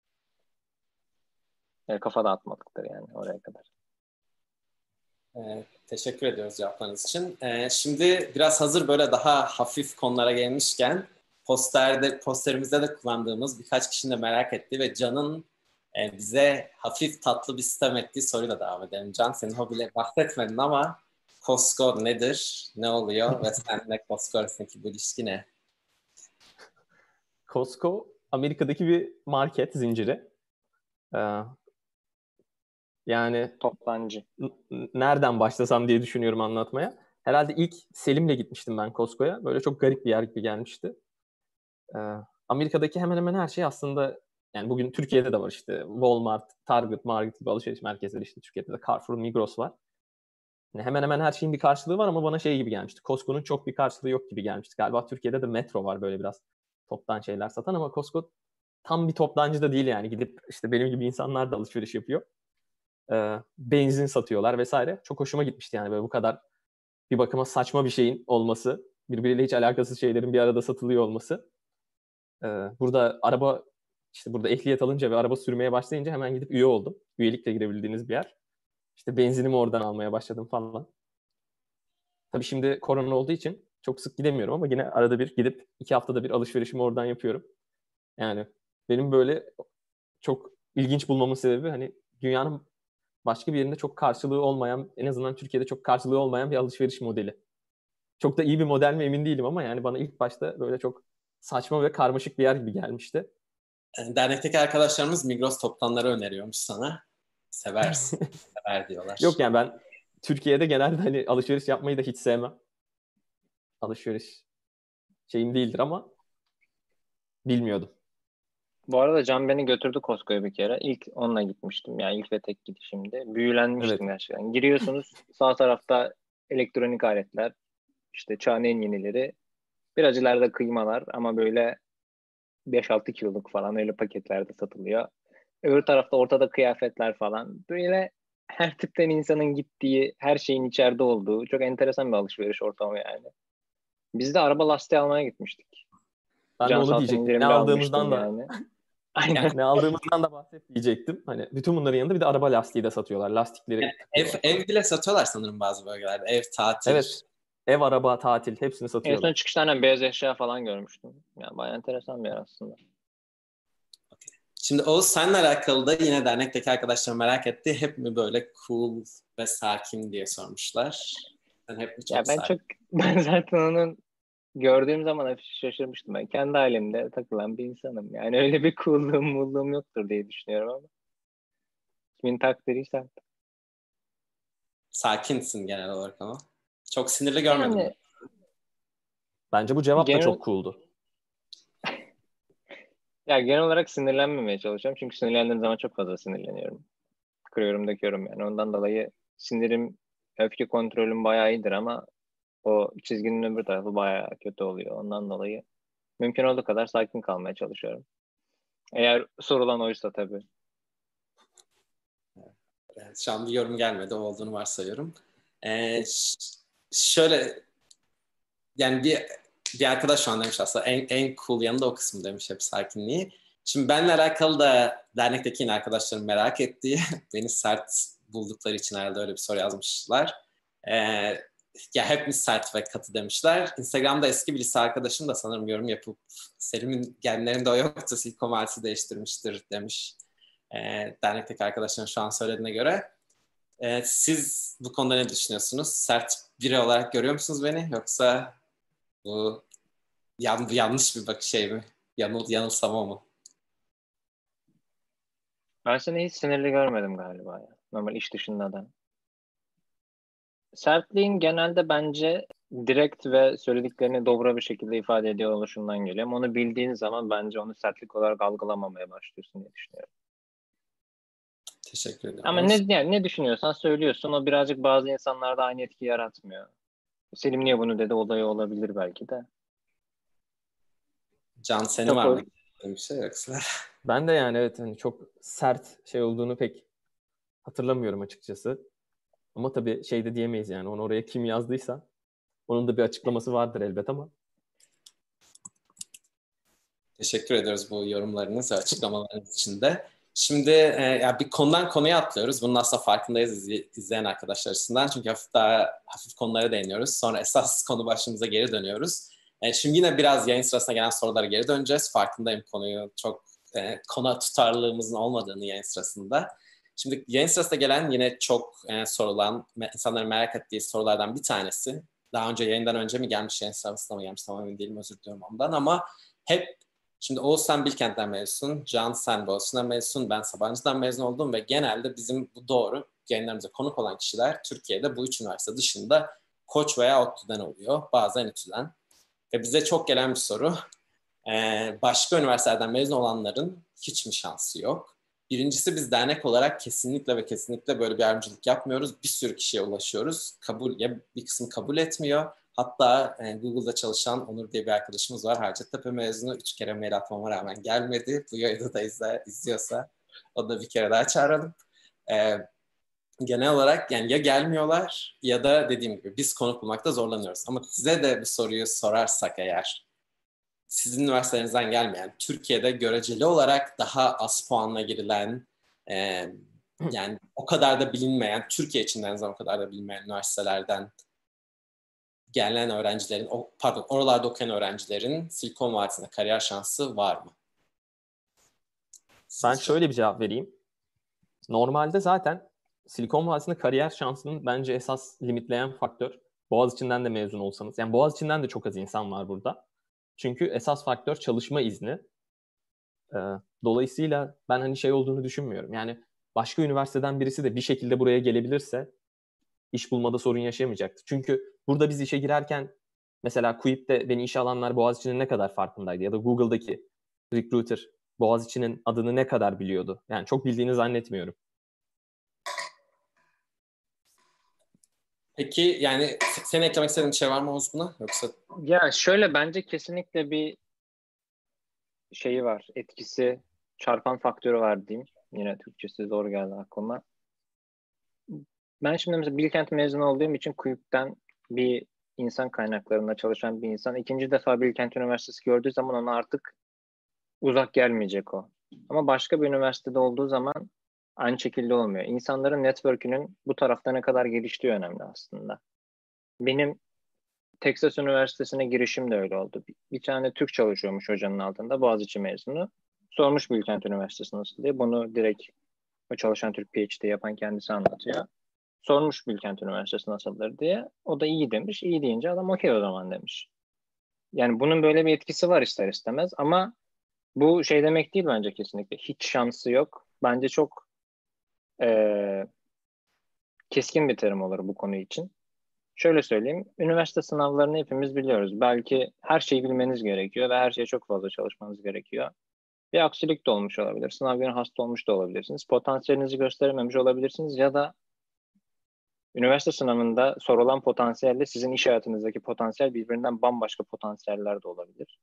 kafa dağıtmalıktır yani oraya kadar. Teşekkür ediyoruz cevaplarınız için. Şimdi biraz hazır böyle daha hafif konulara gelmişken posterimizde de kullandığımız birkaç kişinin de merak ettiği ve Can'ın bize hafif tatlı bir sitem ettiği soruyla devam edelim. Can, senin hobiyle bahsetmedin ama Costco nedir? Ne oluyor? Ve seninle Costco arasındaki bu ilişki ne? Costco Amerika'daki bir market zinciri. Yani Toptancı. nereden başlasam diye düşünüyorum anlatmaya. Herhalde ilk Selim'le gitmiştim ben Costco'ya. Böyle çok garip bir yer gibi gelmişti. Amerika'daki hemen hemen her şey aslında Yani bugün Türkiye'de de var işte Walmart, Target, Market gibi alışveriş merkezleri, işte Türkiye'de de Carrefour, Migros var. Yani hemen hemen her şeyin bir karşılığı var ama bana şey gibi gelmişti. Costco'nun çok bir karşılığı yok gibi gelmişti. Galiba Türkiye'de de Metro var böyle biraz toptan şeyler satan ama Costco tam bir toptancı da değil yani. Gidip işte benim gibi insanlar da alışveriş yapıyor. Benzin satıyorlar vesaire. Çok hoşuma gitmişti yani böyle bu kadar bir bakıma saçma bir şeyin olması, birbiriyle hiç alakasız şeylerin bir arada satılıyor olması. Burada araba, işte burada ehliyet alınca ve araba sürmeye başlayınca hemen gidip üye oldum. Üyelikle girebildiğiniz bir yer. İşte benzinimi oradan almaya başladım falan. Tabii şimdi korona olduğu için çok sık gidemiyorum ama yine arada bir gidip 2 haftada bir alışverişimi oradan yapıyorum. Yani benim böyle çok ilginç bulmamın sebebi hani dünyanın başka bir yerinde çok karşılığı olmayan, en azından Türkiye'de çok karşılığı olmayan bir alışveriş modeli. Çok da iyi bir model mi emin değilim ama yani bana ilk başta böyle çok saçma ve karmaşık bir yer gibi gelmişti. Dernekteki arkadaşlarımız Migros toptanları öneriyormuş sana. Seversin. Sever diyorlar. Yok yani ben Türkiye'de genelde hani alışveriş yapmayı da hiç sevmem. Alışveriş şeyim değildir ama bilmiyordum. Bu arada Can beni götürdü Costco'ya bir kere. İlk onunla gitmiştim. Yani ilk ve tek gidişimde. Büyülenmiştim Evet. gerçekten. Giriyorsunuz, sağ tarafta elektronik aletler, işte çağın en yenileri. Biraz ileride kıymalar ama böyle 5-6 kiloluk falan öyle paketlerde satılıyor. Öbür tarafta ortada kıyafetler falan. Böyle her tipten insanın gittiği, her şeyin içeride olduğu çok enteresan bir alışveriş ortamı yani. Biz de araba lastiği almaya gitmiştik. Ben de Can onu sağ olsun diyecektim. Ne indirimli aldığımızdan almıştım da yani. Aynen. ne aldığımızdan da bahset diyecektim. Hani bütün bunların yanında bir de araba lastiği de satıyorlar. Yani Lastikleri tıkıyorlar falan. ev bile satıyorlar sanırım bazı bölgelerde. Ev, tatil. Evet. Ev, araba, tatil hepsini En son satıyorlar. çıkışlarından beyaz eşya falan görmüştüm. Yani bayağı enteresan bir yer aslında. Şimdi Oğuz seninle alakalı da yine dernekteki arkadaşlarım merak etti. Hep mi böyle cool ve sakin diye sormuşlar. Sen hep mi Ya çok sakin? ben zaten onun gördüğüm zaman hafif şaşırmıştım. Ben kendi halimde takılan bir insanım. Yani öyle bir coolluğum yoktur diye düşünüyorum ama. Kimin takdiriyse artık. Sakinsin genel olarak ama. Çok sinirli görmedim ben. Yani Bence bu cevap da genel çok cool'du. genel olarak sinirlenmemeye çalışıyorum. Çünkü sinirlendiğim zaman çok fazla sinirleniyorum. Kırıyorum, döküyorum yani. Ondan dolayı sinirim, öfke kontrolüm bayağı iyidir ama o çizginin öbür tarafı bayağı kötü oluyor. Ondan dolayı mümkün olduğu kadar sakin kalmaya çalışıyorum. Eğer sorulan oysa tabii. Evet, şu an bir yorum gelmedi. O olduğunu varsayıyorum. Şöyle yani bir arkadaş şu an demiş aslında en cool yanı da o kısmı demiş hep sakinliği. Şimdi benimle alakalı da dernekteki yine arkadaşlarım merak ettiği beni sert buldukları için herhalde öyle bir soru yazmışlar. Ee, ya hepimiz sert ve katı demişler. Instagram'da eski bir lise arkadaşım da sanırım yorum yapıp Selim'in genlerinde o yoktu. Silikon Vadisi değiştirmiştir demiş. Dernekteki arkadaşların şu an söylediğine göre. Siz bu konuda ne düşünüyorsunuz? Sert biri olarak görüyor musunuz beni? Yoksa bu yanlış bir şey mi? Yanılsama mı? Ben seni hiç sinirli görmedim galiba ya. Normal iş dışında da. Sertliğin genelde bence direkt ve söylediklerini dobra bir şekilde ifade ediyor oluşundan geliyor. Ama onu bildiğin zaman bence onu sertlik olarak algılamamaya başlıyorsun diye düşünüyorum. Teşekkür Ama ediyorum. yani ne düşünüyorsan söylüyorsun. O birazcık bazı insanlarda aynı etki yaratmıyor. Selim niye bunu dedi olayı olabilir belki de. Can senin Çok var o, mı bir şey yoksa? Ben de yani evet hani çok sert şey olduğunu pek hatırlamıyorum açıkçası. Ama tabii şey de diyemeyiz yani onu oraya kim yazdıysa onun da bir açıklaması vardır elbet ama. Teşekkür ediyoruz bu yorumlarınız ve açıklamalarınız için de. Şimdi ya bir konudan konuya atlıyoruz. Bunun aslında farkındayız izleyen arkadaşlar açısından. Çünkü hafif konulara değiniyoruz. Sonra esas konu başlığımıza geri dönüyoruz. Şimdi yine biraz yayın sırasına gelen sorulara geri döneceğiz. Farkındayım konuyu çok konu tutarlılığımızın olmadığını yayın sırasında. Şimdi yayın sırasında gelen yine çok sorulan, insanların merak ettiği sorulardan bir tanesi. Daha önce yayından önce mi gelmiş, yayın sırasında mı gelmiş tam emin değilim, özür diliyorum ondan ama hep şimdi Oğuz sen Bilkent'ten mezun, Can sen Boğaziçi'nden mezun, ben Sabancı'dan mezun oldum ve genelde bizim bu doğru yayınlarımıza konuk olan kişiler Türkiye'de bu üç üniversite dışında Koç veya ODTÜ'den oluyor, bazen İTÜ'den. Ve bize çok gelen bir soru. Başka üniversitelerden mezun olanların hiç mi şansı yok? Birincisi biz dernek olarak kesinlikle ve kesinlikle böyle bir ayrımcılık yapmıyoruz. Bir sürü kişiye ulaşıyoruz. Bir kısmı kabul etmiyor. Hatta Google'da çalışan Onur diye bir arkadaşımız var. Hacettepe mezunu. 3 kere mail atmama rağmen gelmedi. Bu yayını da izliyorsa o da bir kere daha çağıralım. Genel olarak yani ya gelmiyorlar ya da dediğim gibi biz konuk bulmakta zorlanıyoruz. Ama size de bir soruyu sorarsak eğer, sizin üniversitelerinizden gelmeyen, Türkiye'de göreceli olarak daha az puanla girilen, yani o kadar da bilinmeyen, Türkiye içinde en azından o kadar da bilinmeyen üniversitelerden gelen öğrencilerin, oralarda okuyan öğrencilerin Silikon Vadisi'nde kariyer şansı var mı? Ben şöyle bir cevap vereyim. Normalde zaten Silikon Vadisi'nde kariyer şansının bence esas limitleyen faktör Boğaziçi'nden de mezun olsanız. Yani Boğaziçi'nden de çok az insan var burada. Çünkü esas faktör çalışma izni. Dolayısıyla ben hani şey olduğunu düşünmüyorum. Yani başka üniversiteden birisi de bir şekilde buraya gelebilirse iş bulmada sorun yaşayamayacaktır. Çünkü burada biz işe girerken mesela Quick'te beni işe alanlar Boğaziçi'nin ne kadar farkındaydı ya da Google'daki recruiter Boğaziçi'nin adını ne kadar biliyordu. Yani çok bildiğini zannetmiyorum. Peki yani senin eklemek istediğin bir şey var mı Oğuz buna? Yoksa... Ya şöyle, bence kesinlikle bir şeyi var. Etkisi, çarpan faktörü var diyeyim. Yine Türkçesi zor geldi aklıma. Ben şimdi mesela Bilkent mezunu olduğum için Quick'ten bir insan kaynaklarında çalışan bir insan ikinci defa Bilkent Üniversitesi gördüğü zaman ona artık uzak gelmeyecek o. Ama başka bir üniversitede olduğu zaman aynı şekilde olmuyor. İnsanların network'ünün bu tarafta ne kadar geliştiği önemli aslında. Benim Texas Üniversitesi'ne girişim de öyle oldu. Bir tane Türk çalışıyormuş hocanın altında, Boğaziçi mezunu. Sormuş Bilkent Üniversitesi nasıl diye. Bunu direkt o çalışan Türk PhD yapan kendisi anlatıyor. Sormuş Bilkent Üniversitesi nasıldır diye. O da iyi demiş. İyi deyince adam okey o zaman demiş. Yani bunun böyle bir etkisi var ister istemez ama bu şey demek değil bence kesinlikle. Hiç şansı yok. Bence çok keskin bir terim olur bu konu için. Şöyle söyleyeyim. Üniversite sınavlarını hepimiz biliyoruz. Belki her şeyi bilmeniz gerekiyor ve her şeye çok fazla çalışmanız gerekiyor. Bir aksilik de olmuş olabilir. Sınav günü hasta olmuş da olabilirsiniz. Potansiyelinizi gösterememiş olabilirsiniz ya da üniversite sınavında sorulan potansiyelle sizin iş hayatınızdaki potansiyel birbirinden bambaşka potansiyeller de olabilir.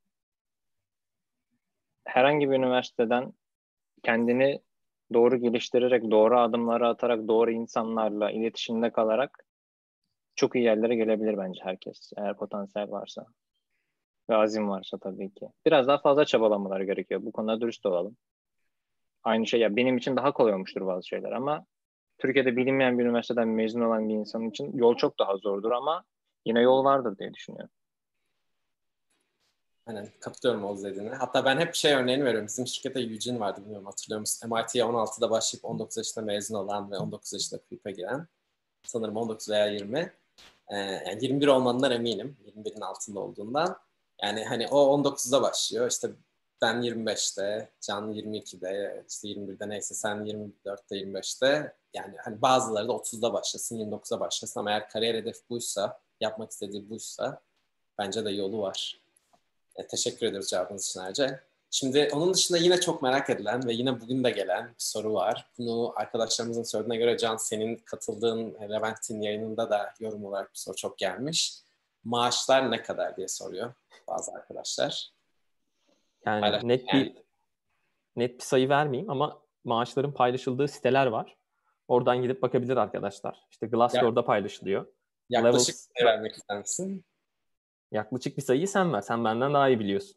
Herhangi bir üniversiteden kendini doğru geliştirerek, doğru adımları atarak, doğru insanlarla iletişimde kalarak çok iyi yerlere gelebilir bence herkes. Eğer potansiyel varsa ve azim varsa tabii ki. Biraz daha fazla çabalamaları gerekiyor. Bu konuda dürüst olalım. Aynı şey ya, benim için daha kolay olmuştur bazı şeyler ama Türkiye'de bilinmeyen bir üniversiteden mezun olan bir insan için yol çok daha zordur ama yine yol vardır diye düşünüyorum. Aynen, katılıyorum Oğuz dediğine. Hatta ben hep şey örneğini veriyorum. Bizim şirkette Eugene vardı, bilmiyorum hatırlıyor musun? MIT'ye 16'da başlayıp 19 yaşında mezun olan ve 19 yaşında kulüpe giren. Sanırım 19 veya 20. Yani 21 olmandan eminim. 21'in altında olduğundan. Yani hani o 19'da başlıyor. İşte ben 25'te, Can 22'de, işte 21'de neyse sen 24'te, 25'te. Yani hani bazıları da 30'da başlasın, 29'da başlasın ama eğer kariyer hedefi buysa, yapmak istediği buysa bence de yolu var. Teşekkür ederiz cevabınız için ayrıca. Şimdi onun dışında yine çok merak edilen ve yine bugün de gelen bir soru var. Bunu arkadaşlarımızın söylediğine göre Can, senin katıldığın Levent'in yayınında da yorum olarak bir soru çok gelmiş. Maaşlar ne kadar diye soruyor bazı arkadaşlar. Yani net bir sayı vermeyeyim ama maaşların paylaşıldığı siteler var. Oradan gidip bakabilir arkadaşlar. İşte Glassdoor'da paylaşılıyor. Yaklaşık ne vermek ister misin? Yaklaşık bir sayıyı sen ver. Sen benden daha iyi biliyorsun.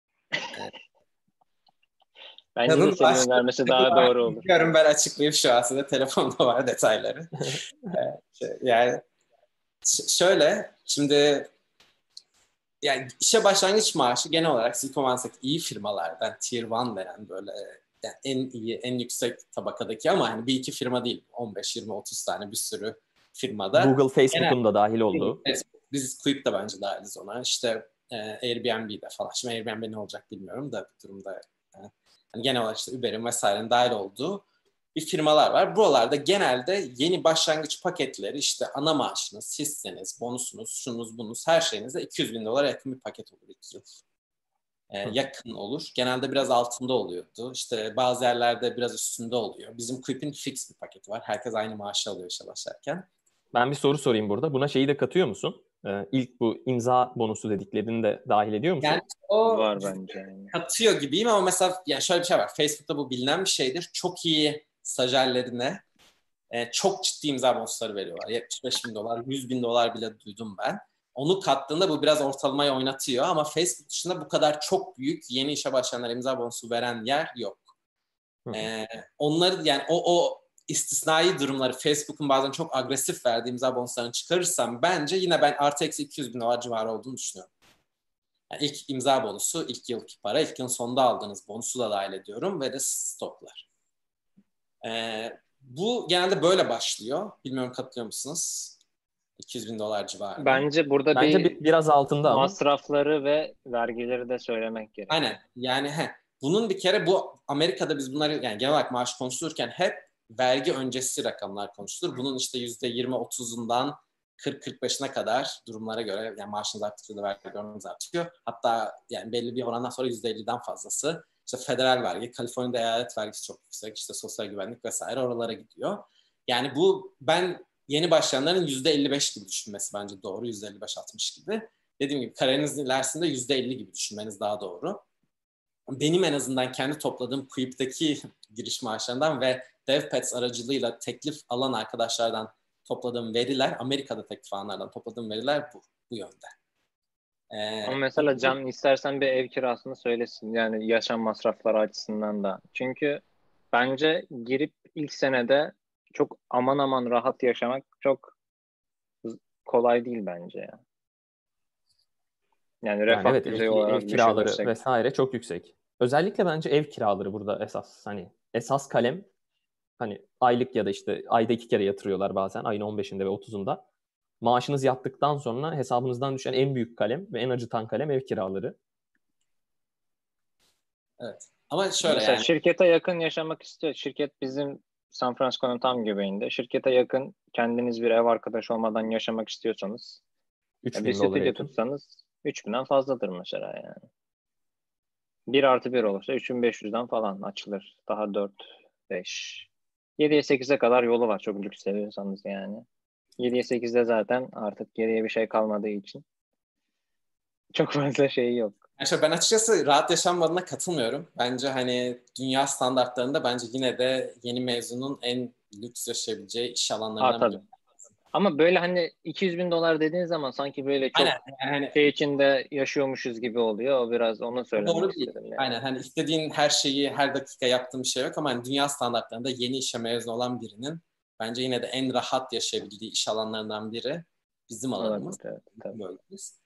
Bence de senin vermesi daha doğru olur. Bilmiyorum, ben açıklayayım şu an size. Telefonda var detayları. Yani şöyle, şimdi yani işe başlangıç maaşı genel olarak Silikon Vadisi'ndeki iyi firmalardan Tier 1 veren böyle yani en iyi, en yüksek tabakadaki ama hani bir iki firma değil. 15, 20, 30 tane bir sürü firmada. Google, Facebook'un da dahil olduğu. Biz Quip de bence dahiliz ona. İşte Airbnb'de falan. Şimdi Airbnb ne olacak bilmiyorum da bu durumda yani genel olarak işte Uber'in vesairenin dahil olduğu bir firmalar var. Buralarda genelde yeni başlangıç paketleri, işte ana maaşınız, hisseniz, bonusunuz, şunuz bunuz, her şeyinizde $200,000 yakın bir paket olur 2 yıl. yakın olur. Genelde biraz altında oluyordu. İşte bazı yerlerde biraz üstünde oluyor. Bizim Quip'in fix bir paketi var. Herkes aynı maaşı alıyor işe başlarken. Ben bir soru sorayım burada. Buna şeyi de katıyor musun? İlk bu imza bonusu dediklerini de dahil ediyor musun? Yani o Var bence. Yani. katıyor gibiyim ama mesela yani şöyle bir şey var. Facebook'ta bu bilinen bir şeydir. Çok iyi stajyerlerine çok ciddi imza bonusları veriyorlar. 75 bin dolar, 100 bin dolar bile duydum ben. Onu kattığında bu biraz ortalamayı oynatıyor ama Facebook dışında bu kadar çok büyük yeni işe başlayanlara imza bonusu veren yer yok. Onları yani o istisnai durumları Facebook'un bazen çok agresif verdiği imza bonuslarını çıkarırsam bence yine ben artı eksi 200 bin dolar civarı olduğunu düşünüyorum. Yani ilk imza bonusu, ilk yılki para, ilk yılın sonunda aldığınız bonusu da dahil ediyorum ve de stoklar. Bu genelde böyle başlıyor. Bilmiyorum katılıyor musunuz? 200 bin dolar civarı. Bence burada Bence biraz altında ama. Masrafları ve vergileri de söylemek gerekiyor. Aynen. Yani bunun bir kere bu Amerika'da biz bunları yani genel olarak maaş konuşulurken hep vergi öncesi rakamlar konuşulur. Bunun işte %20-30'undan 40-45'ine kadar durumlara göre yani maaşınız arttıkça da vergi oranınız artıyor. Hatta yani belli bir orandan sonra %50'den fazlası. İşte federal vergi, Kaliforniya'da eyalet vergisi çok yüksek. İşte sosyal güvenlik vesaire oralara gidiyor. Yani bu ben yeni başlayanların %55 gibi düşünmesi bence doğru. %55-60 gibi. Dediğim gibi kariyerinizin ilerisinde %50 gibi düşünmeniz daha doğru. Benim en azından kendi topladığım Quip'teki giriş maaşlarından ve DevPets aracılığıyla teklif alan arkadaşlardan topladığım veriler, Amerika'da teklif alanlardan topladığım veriler bu yönde. Ama mesela Can istersen bir ev kirasını söylesin. Yani yaşam masrafları açısından da. Çünkü bence girip ilk senede çok aman aman rahat yaşamak çok kolay değil bence ya. Yani refah evet, düzeyi olarak ev kiraları düşünürsek. vesaire çok yüksek. Özellikle bence ev kiraları burada esas. Hani esas kalem, hani aylık ya da işte ayda 2 kere yatırıyorlar bazen, ayın 15'inde ve 30'unda. Maaşınız yattıktan sonra hesabınızdan düşen en büyük kalem ve en acıtan kalem ev kiraları. Evet. Ama şöyle Mesela yani. şirkete yakın yaşamak istiyor. Şirket bizim San Francisco'nun tam göbeğinde. Şirkete yakın kendiniz bir ev arkadaşı olmadan yaşamak istiyorsanız 3 bir bin dolara stüdyo yakın. tutsanız 3000'den fazladır mesela yani. 1+1 olursa 3500'den falan açılır. Daha 4, 5, 7'ye 8'e kadar yolu var çok lüks seviyorsanız yani. 7'ye 8'de zaten artık geriye bir şey kalmadığı için çok fazla şey yok. Yani ben açıkçası rahat yaşam moduna katılmıyorum. Bence hani dünya standartlarında bence yine de yeni mezunun en lüks yaşayabileceği iş alanlarından Tabii. biri. Ama böyle hani 200 bin dolar dediğin zaman sanki böyle çok Aynen. Yani şey içinde yaşıyormuşuz gibi oluyor. O biraz onu söylemek doğru değil. istedim yani. Aynen. Hani istediğin her şeyi her dakika yaptığın bir şey yok ama hani dünya standartlarında yeni işe mezun olan birinin bence yine de en rahat yaşayabildiği iş alanlarından biri bizim alanımız. Olabilir, evet, tabii. Bölgemiz.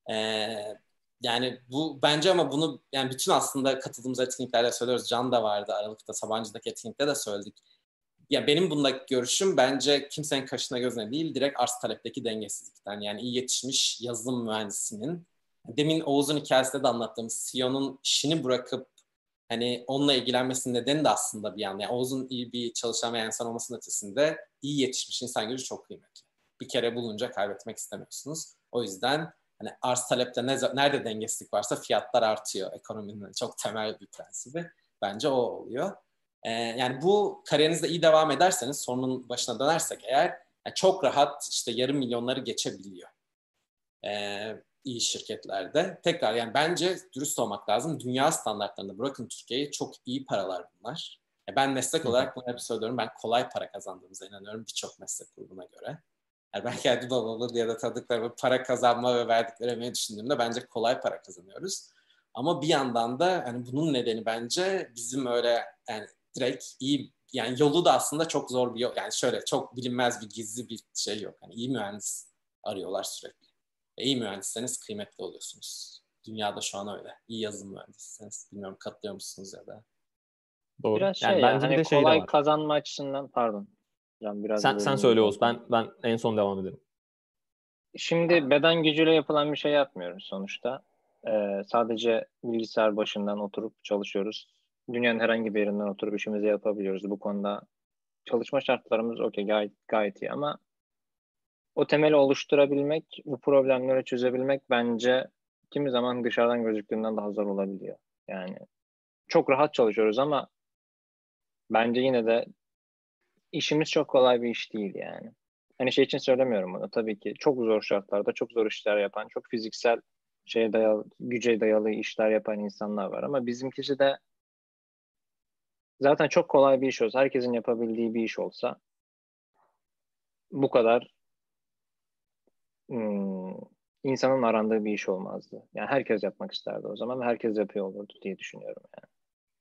Yani bu bence ama bunu yani bütün aslında katıldığımız etkinliklerde söylüyoruz. Can da vardı Aralık'ta Sabancı'daki etkinlikte de söyledik. Ya benim bundaki görüşüm bence kimsenin kaşına gözüne değil direkt arz talepteki dengesizlikten. Yani iyi yetişmiş yazılım mühendisinin demin Oğuz'un hikayesinde de anlattığımız CEO'nun işini bırakıp hani onunla ilgilenmesinin nedeni de aslında bir yan. Yani Oğuz'un iyi bir çalışan ve insan olmasının ötesinde iyi yetişmiş insan gücü çok kıymetli. Bir kere bulunca kaybetmek istemiyorsunuz. O yüzden hani arz talepte nerede dengesizlik varsa fiyatlar artıyor. Ekonominin çok temel bir prensibi. Bence o oluyor. Yani bu kariyerinizde iyi devam ederseniz sorunun başına dönersek eğer yani çok rahat işte yarım milyonları geçebiliyor. İyi şirketlerde. Tekrar yani bence dürüst olmak lazım. Dünya standartlarında bırakın Türkiye'yi çok iyi paralar bunlar. Ben meslek olarak bunu hep söylüyorum. Ben kolay para kazandığımıza inanıyorum birçok meslek grubuna göre. Yani ben kendi babamın ya da tanıdıklarımın para kazanma ve verdikleri emeği düşündüğümde bence kolay para kazanıyoruz. Ama bir yandan da hani bunun nedeni bence bizim öyle yani direkt iyi yani yolu da aslında çok zor bir yol. Yani şöyle çok bilinmez bir gizli bir şey yok. Yani iyi mühendis arıyorlar sürekli. İyi mühendisseniz kıymetli oluyorsunuz. Dünyada şu an öyle. İyi yazılım mühendisiniz. Bilmiyorum katılıyor musunuz ya da. Doğru. Biraz Yani şey ya bence bir hani de şey de kolay var. kazanma açısından pardon. Can biraz Sen böleyim söyle Oğuz. pardon. Ben en son devam ederim. Şimdi beden gücüyle yapılan bir şey yapmıyoruz sonuçta. Sadece bilgisayar başından oturup çalışıyoruz. Dünyanın herhangi bir yerinden oturup işimizi yapabiliyoruz. Bu konuda çalışma şartlarımız okey gayet iyi ama o temeli oluşturabilmek, bu problemleri çözebilmek bence kimi zaman dışarıdan gözüktüğünden daha zor olabiliyor. Yani çok rahat çalışıyoruz ama bence yine de işimiz çok kolay bir iş değil yani. Hani şey için söylemiyorum bunu. Tabii ki çok zor şartlarda çok zor işler yapan, çok fiziksel güce dayalı işler yapan insanlar var ama bizimkisi de zaten çok kolay bir iş olsa, herkesin yapabildiği bir iş olsa bu kadar insanın arandığı bir iş olmazdı. Yani herkes yapmak isterdi o zaman ve herkes yapıyor olurdu diye düşünüyorum yani.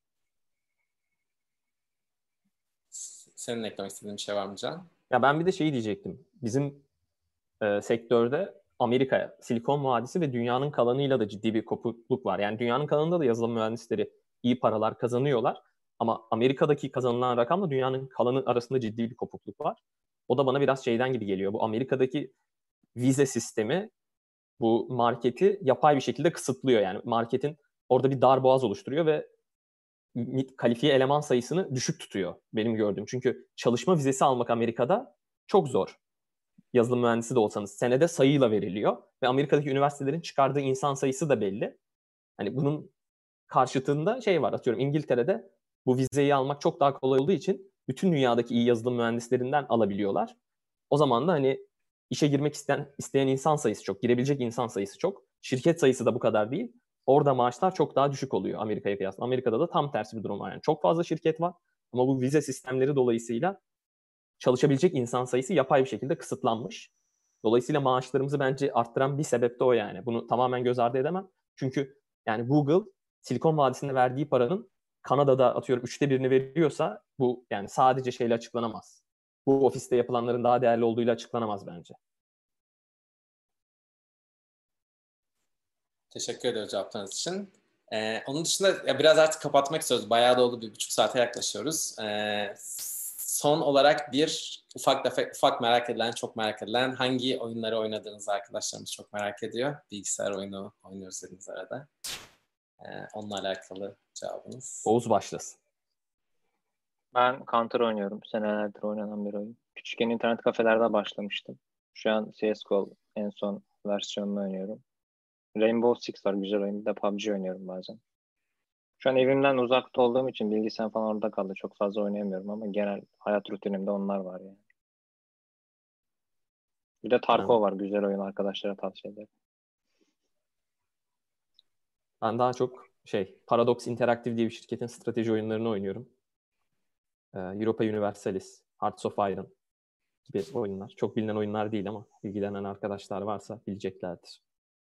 Senin eklemek istediğin bir şey var mı Can? Ya ben bir de şeyi diyecektim. Bizim sektörde Amerika, Silikon Vadisi ve dünyanın kalanıyla da ciddi bir kopukluk var. Yani dünyanın kalanında da yazılım mühendisleri iyi paralar kazanıyorlar. Ama Amerika'daki kazanılan rakamla dünyanın kalanı arasında ciddi bir kopukluk var. O da bana biraz şeyden gibi geliyor. Bu Amerika'daki vize sistemi bu marketi yapay bir şekilde kısıtlıyor. Yani marketin orada bir darboğaz oluşturuyor ve kalifiye eleman sayısını düşük tutuyor benim gördüğüm. Çünkü çalışma vizesi almak Amerika'da çok zor. Yazılım mühendisi de olsanız senede sayıyla veriliyor ve Amerika'daki üniversitelerin çıkardığı insan sayısı da belli. Hani bunun karşıtında şey var, atıyorum İngiltere'de bu vizeyi almak çok daha kolay olduğu için bütün dünyadaki iyi yazılım mühendislerinden alabiliyorlar. O zaman da hani işe girmek isteyen insan sayısı çok, girebilecek insan sayısı çok. Şirket sayısı da bu kadar değil. Orada maaşlar çok daha düşük oluyor Amerika'ya kıyasla. Amerika'da da tam tersi bir durum var. Yani çok fazla şirket var ama bu vize sistemleri dolayısıyla çalışabilecek insan sayısı yapay bir şekilde kısıtlanmış. Dolayısıyla maaşlarımızı bence arttıran bir sebep de o yani. Bunu tamamen göz ardı edemem. Çünkü yani Google Silikon Vadisi'nde verdiği paranın Kanada'da atıyorum 1/3'ünü veriyorsa bu yani sadece şeyle açıklanamaz. Bu ofiste yapılanların daha değerli olduğuyla açıklanamaz bence. Teşekkür ediyoruz cevaplarınız için. Onun dışında ya biraz artık kapatmak istiyoruz. Bayağı da oldu, 1,5 saate yaklaşıyoruz. Son olarak bir ufak merak edilen, çok merak edilen hangi oyunları oynadığınızı arkadaşlarımız çok merak ediyor. Bilgisayar oyunu oynuyoruz dediniz arada. Onunla alakalı cevabınız. Oğuz başlasın. Ben Counter oynuyorum. Senelerdir oynanan bir oyun. Küçükken internet kafelerde başlamıştım. Şu an CSGO en son versiyonunu oynuyorum. Rainbow Six var, güzel oyun. Bir de PUBG oynuyorum bazen. Şu an evimden uzakta olduğum için bilgisayar falan orada kaldı. Çok fazla oynayamıyorum ama genel hayat rutinimde onlar var yani. Bir de Tarkov var. Güzel oyun, arkadaşlara tavsiye ederim. Ben daha çok Paradox Interactive diye bir şirketin strateji oyunlarını oynuyorum. Europa Universalis, Hearts of Iron gibi oyunlar. Çok bilinen oyunlar değil ama ilgilenen arkadaşlar varsa bileceklerdir.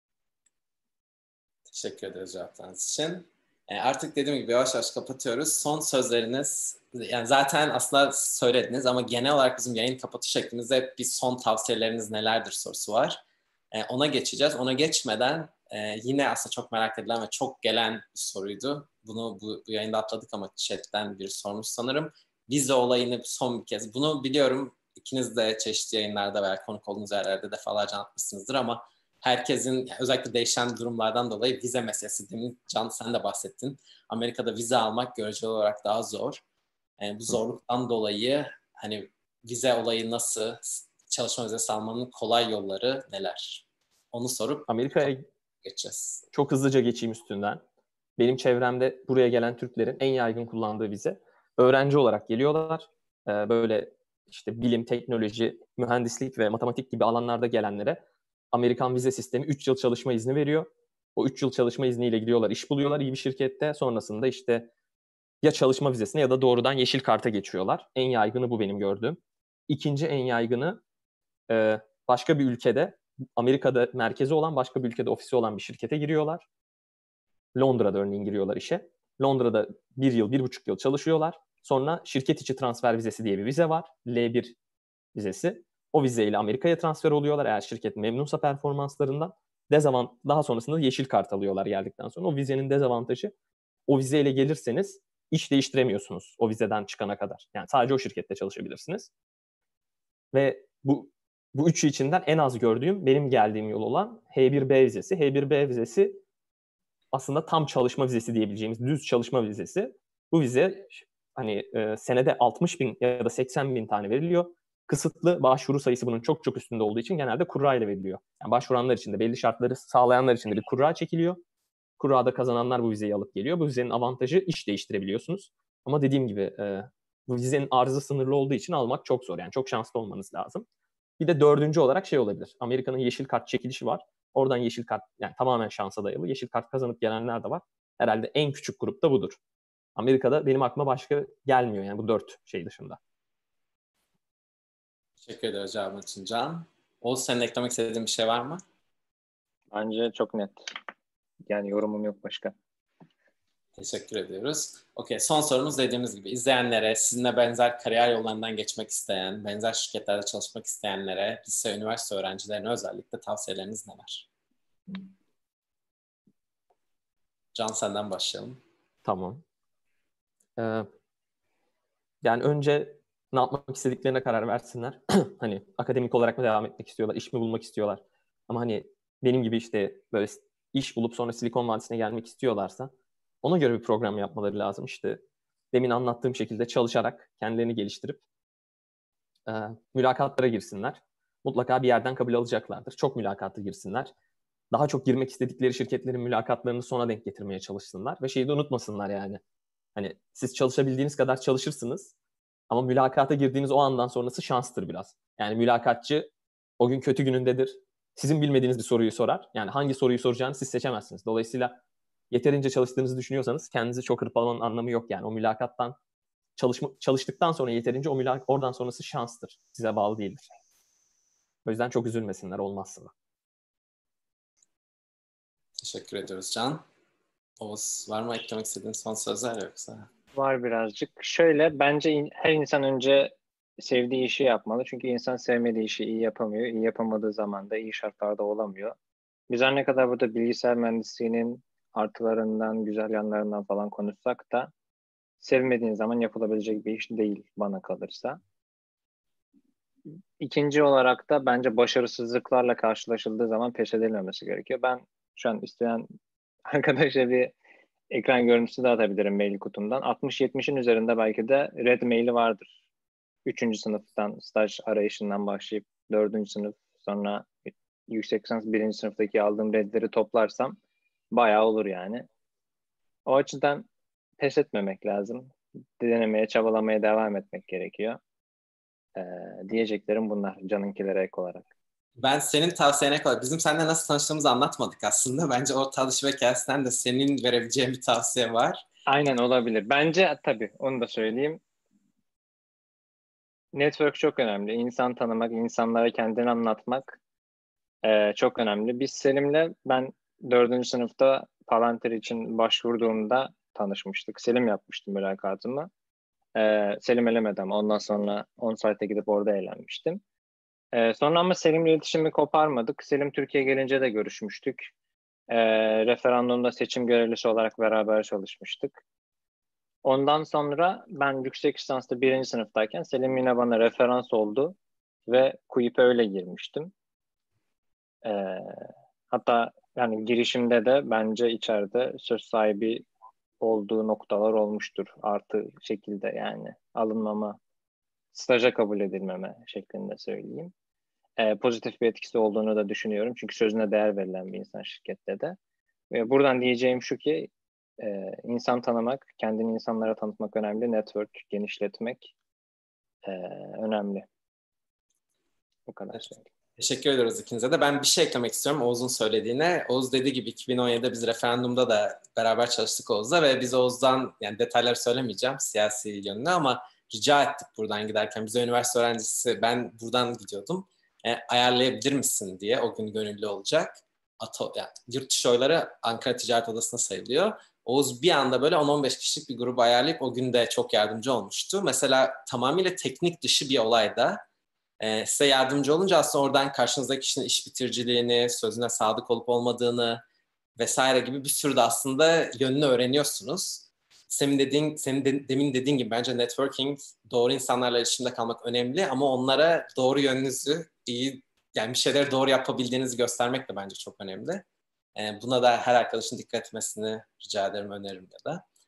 Teşekkür ederiz cevaplarınız için. Artık dediğim gibi yavaş yavaş kapatıyoruz. Son sözleriniz, yani zaten aslında söylediniz ama genel olarak bizim yayın kapatış şeklimizde hep bir son tavsiyeleriniz nelerdir sorusu var. Ona geçeceğiz. Ona geçmeden yine aslında çok merak edilen ve çok gelen bir soruydu. Bunu bu yayında atladık ama chatten biri sormuş sanırım. Vize olayını son bir kez. Bunu biliyorum, ikiniz de çeşitli yayınlarda veya konuk olduğunuz yerlerde defalarca anlatmışsınızdır ama herkesin özellikle değişen durumlardan dolayı vize meselesi, demin Can sen de bahsettin. Amerika'da vize almak göreceli olarak daha zor. Bu zorluktan dolayı hani vize olayı nasıl, çalışma vizesi almanın kolay yolları neler? Onu sorup Amerika'ya geçeceğiz. çok hızlıca geçeyim üstünden. Benim çevremde buraya gelen Türklerin en yaygın kullandığı vize öğrenci olarak geliyorlar. Böyle işte bilim, teknoloji, mühendislik ve matematik gibi alanlarda gelenlere Amerikan vize sistemi 3 yıl çalışma izni veriyor. O 3 yıl çalışma izniyle gidiyorlar, iş buluyorlar iyi bir şirkette. Sonrasında işte ya çalışma vizesine ya da doğrudan yeşil karta geçiyorlar. En yaygını bu benim gördüğüm. İkinci en yaygını başka bir ülkede, Amerika'da merkezi olan başka bir ülkede ofisi olan bir şirkete giriyorlar. Londra'da örneğin giriyorlar işe. Londra'da 1 yıl, 1,5 yıl çalışıyorlar. Sonra şirket içi transfer vizesi diye bir vize var. L1 vizesi. O vizeyle Amerika'ya transfer oluyorlar eğer şirket memnunsa performanslarından. Daha sonrasında yeşil kart alıyorlar geldikten sonra. O vizenin dezavantajı, o vizeyle gelirseniz iş değiştiremiyorsunuz o vizeden çıkana kadar. Yani sadece o şirkette çalışabilirsiniz. Ve bu üçü içinden en az gördüğüm benim geldiğim yol olan H1B vizesi. H1B vizesi aslında tam çalışma vizesi diyebileceğimiz düz çalışma vizesi. Bu vize hani senede 60.000 ya da 80.000 tane veriliyor. kısıtlı, başvuru sayısı bunun çok çok üstünde olduğu için genelde kurra ile veriliyor. Yani başvuranlar için de belli şartları sağlayanlar için de bir kurra çekiliyor. Kurra'da kazananlar bu vizeyi alıp geliyor. Bu vizenin avantajı iş değiştirebiliyorsunuz. Ama dediğim gibi bu vizenin arzı sınırlı olduğu için almak çok zor. Yani çok şanslı olmanız lazım. Bir de dördüncü olarak şey olabilir. Amerika'nın yeşil kart çekilişi var. Oradan yeşil kart, yani tamamen şansa dayalı. Yeşil kart kazanıp gelenler de var. Herhalde en küçük grup da budur. Amerika'da benim aklıma başka gelmiyor yani bu 4 şey dışında. Teşekkür ederiz cevabın için Can. Oğuz, senin eklemek istediğin bir şey var mı? Bence çok net. Yani yorumum yok başka. Teşekkür ediyoruz. Okey, son sorumuz dediğimiz gibi izleyenlere, sizinle benzer kariyer yollarından geçmek isteyen, benzer şirketlerde çalışmak isteyenlere, lise, üniversite öğrencilerine özellikle tavsiyeleriniz neler? Can, senden başlayalım. Tamam. Yani önce ne yapmak istediklerine karar versinler. Hani akademik olarak mı devam etmek istiyorlar, iş mi bulmak istiyorlar? Ama hani benim gibi işte böyle iş bulup sonra Silikon Vadisi'ne gelmek istiyorlarsa ona göre bir program yapmaları lazım. İşte demin anlattığım şekilde çalışarak kendilerini geliştirip mülakatlara girsinler. Mutlaka bir yerden kabul alacaklardır. Çok mülakata girsinler. Daha çok girmek istedikleri şirketlerin mülakatlarını sona denk getirmeye çalışsınlar. Ve şeyi de unutmasınlar yani. Hani siz çalışabildiğiniz kadar çalışırsınız. Ama mülakata girdiğiniz o andan sonrası şanstır biraz. Yani mülakatçı o gün kötü günündedir. Sizin bilmediğiniz bir soruyu sorar. Yani hangi soruyu soracağını siz seçemezsiniz. Dolayısıyla yeterince çalıştığınızı düşünüyorsanız kendinizi çok hırpalamanın anlamı yok yani. O mülakattan çalıştıktan sonra yeterince oradan sonrası şanstır. Size bağlı değildir. O yüzden çok üzülmesinler olmazsa da. Teşekkür ediyoruz Can. Oğuz, var mı eklemek istediğin son sözler yoksa? Var birazcık. Şöyle, bence her insan önce sevdiği işi yapmalı. Çünkü insan sevmediği işi iyi yapamıyor. İyi yapamadığı zaman da iyi şartlarda olamıyor. Biz her ne kadar burada bilgisayar mühendisliğinin artılarından, güzel yanlarından falan konuşsak da sevmediğin zaman yapılabilecek bir iş değil bana kalırsa. İkinci olarak da bence başarısızlıklarla karşılaşıldığı zaman pes edilmemesi gerekiyor. Ben şu an isteyen arkadaşa bir ekran görüntüsü de atabilirim mail kutumdan. 60-70'in üzerinde belki de red maili vardır. 3. sınıftan staj arayışından başlayıp 4. sınıf sonra yüksek lisans 1. sınıftaki aldığım redleri toplarsam bayağı olur yani. O açıdan pes etmemek lazım. Denemeye, çabalamaya devam etmek gerekiyor. Diyeceklerim bunlar Can'ınkilere ek olarak. Ben senin tavsiyene kadar, bizim seninle nasıl tanıştığımızı anlatmadık aslında. Bence o tanışma hikayesinden de senin verebileceğin bir tavsiye var. Aynen olabilir. Bence tabii onu da söyleyeyim. Network çok önemli. İnsan tanımak, insanlara kendini anlatmak çok önemli. Biz Selim'le ben 4. sınıfta Palantir için başvurduğumda tanışmıştık. Selim yapmıştı mülakatımı. Selim elemedi ama ondan sonra on-site'e gidip orada eğlenmiştim. Sonra ama Selim'le iletişimi koparmadık. Selim Türkiye'ye gelince de görüşmüştük. Referandumda seçim görevlisi olarak beraber çalışmıştık. Ondan sonra ben yüksek lisansta 1. sınıftayken Selim yine bana referans oldu ve KUİP'e öyle girmiştim. Hatta yani girişimde de bence içeride söz sahibi olduğu noktalar olmuştur. Artı şekilde yani alınmama, staja kabul edilmeme şeklinde söyleyeyim. Pozitif bir etkisi olduğunu da düşünüyorum. Çünkü sözüne değer verilen bir insan şirkette de. Ve buradan diyeceğim şu ki insan tanımak, kendini insanlara tanıtmak önemli. Network genişletmek önemli. Bu kadar söyleyeyim. Teşekkür ediyoruz ikinize de. Ben bir şey eklemek istiyorum Oğuz'un söylediğine. Oğuz dediği gibi 2017'de biz referandumda da beraber çalıştık Oğuz'la ve biz Oğuz'dan, yani detayları söylemeyeceğim siyasi yönünü, ama rica ettik buradan giderken. Bize üniversite öğrencisi, ben buradan gidiyordum. Ayarlayabilir misin diye, o gün gönüllü olacak. Yani yurt dışı oyları Ankara Ticaret Odası'na sayılıyor. Oğuz bir anda böyle 10-15 kişilik bir grubu ayarlayıp o gün de çok yardımcı olmuştu. Mesela tamamıyla teknik dışı bir olayda size yardımcı olunca aslında oradan karşınızdaki kişinin iş bitiriciliğini, sözüne sadık olup olmadığını vesaire gibi bir sürü de aslında yönünü öğreniyorsunuz. Demin dediğin gibi bence networking, doğru insanlarla iletişimde kalmak önemli ama onlara doğru yönünüzü iyi, yani bir şeyleri doğru yapabildiğinizi göstermek de bence çok önemli. Buna da her arkadaşın dikkat etmesini rica ederim, öneririm ya da.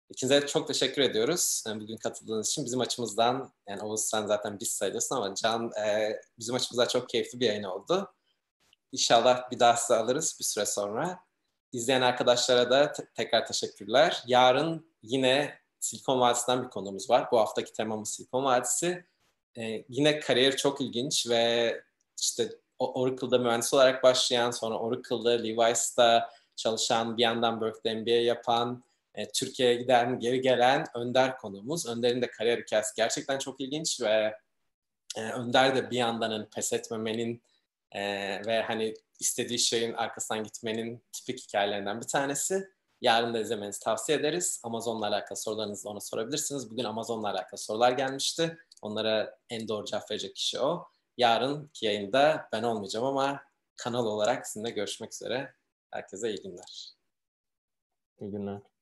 İkinize de çok teşekkür ediyoruz bugün katıldığınız için. Bizim açımızdan, yani Oğuz sen zaten biz sayılıyorsun ama Can, bizim açımızdan çok keyifli bir yayın oldu. İnşallah bir daha sizi alırız bir süre sonra. İzleyen arkadaşlara da tekrar teşekkürler. Yarın yine Silikon Vadisi'nden bir konumuz var. Bu haftaki temamız Silikon Vadisi. Yine kariyer çok ilginç ve işte Oracle'da mühendis olarak başlayan, sonra Oracle'da, Levi's'ta çalışan, bir yandan Berkeley MBA yapan, Türkiye'ye giden, geri gelen Önder konuğumuz. Önder'in de kariyer hikayesi gerçekten çok ilginç ve Önder de bir yandan hani pes etmemenin ve hani istediği şeyin arkasından gitmenin tipik hikayelerinden bir tanesi. Yarın da izlemenizi tavsiye ederiz. Amazon'la alakalı sorularınızı ona sorabilirsiniz. Bugün Amazon'la alakalı sorular gelmişti. Onlara en doğru cevap verecek kişi o. Yarınki yayında ben olmayacağım ama kanal olarak sizinle görüşmek üzere. Herkese iyi günler. İyi günler.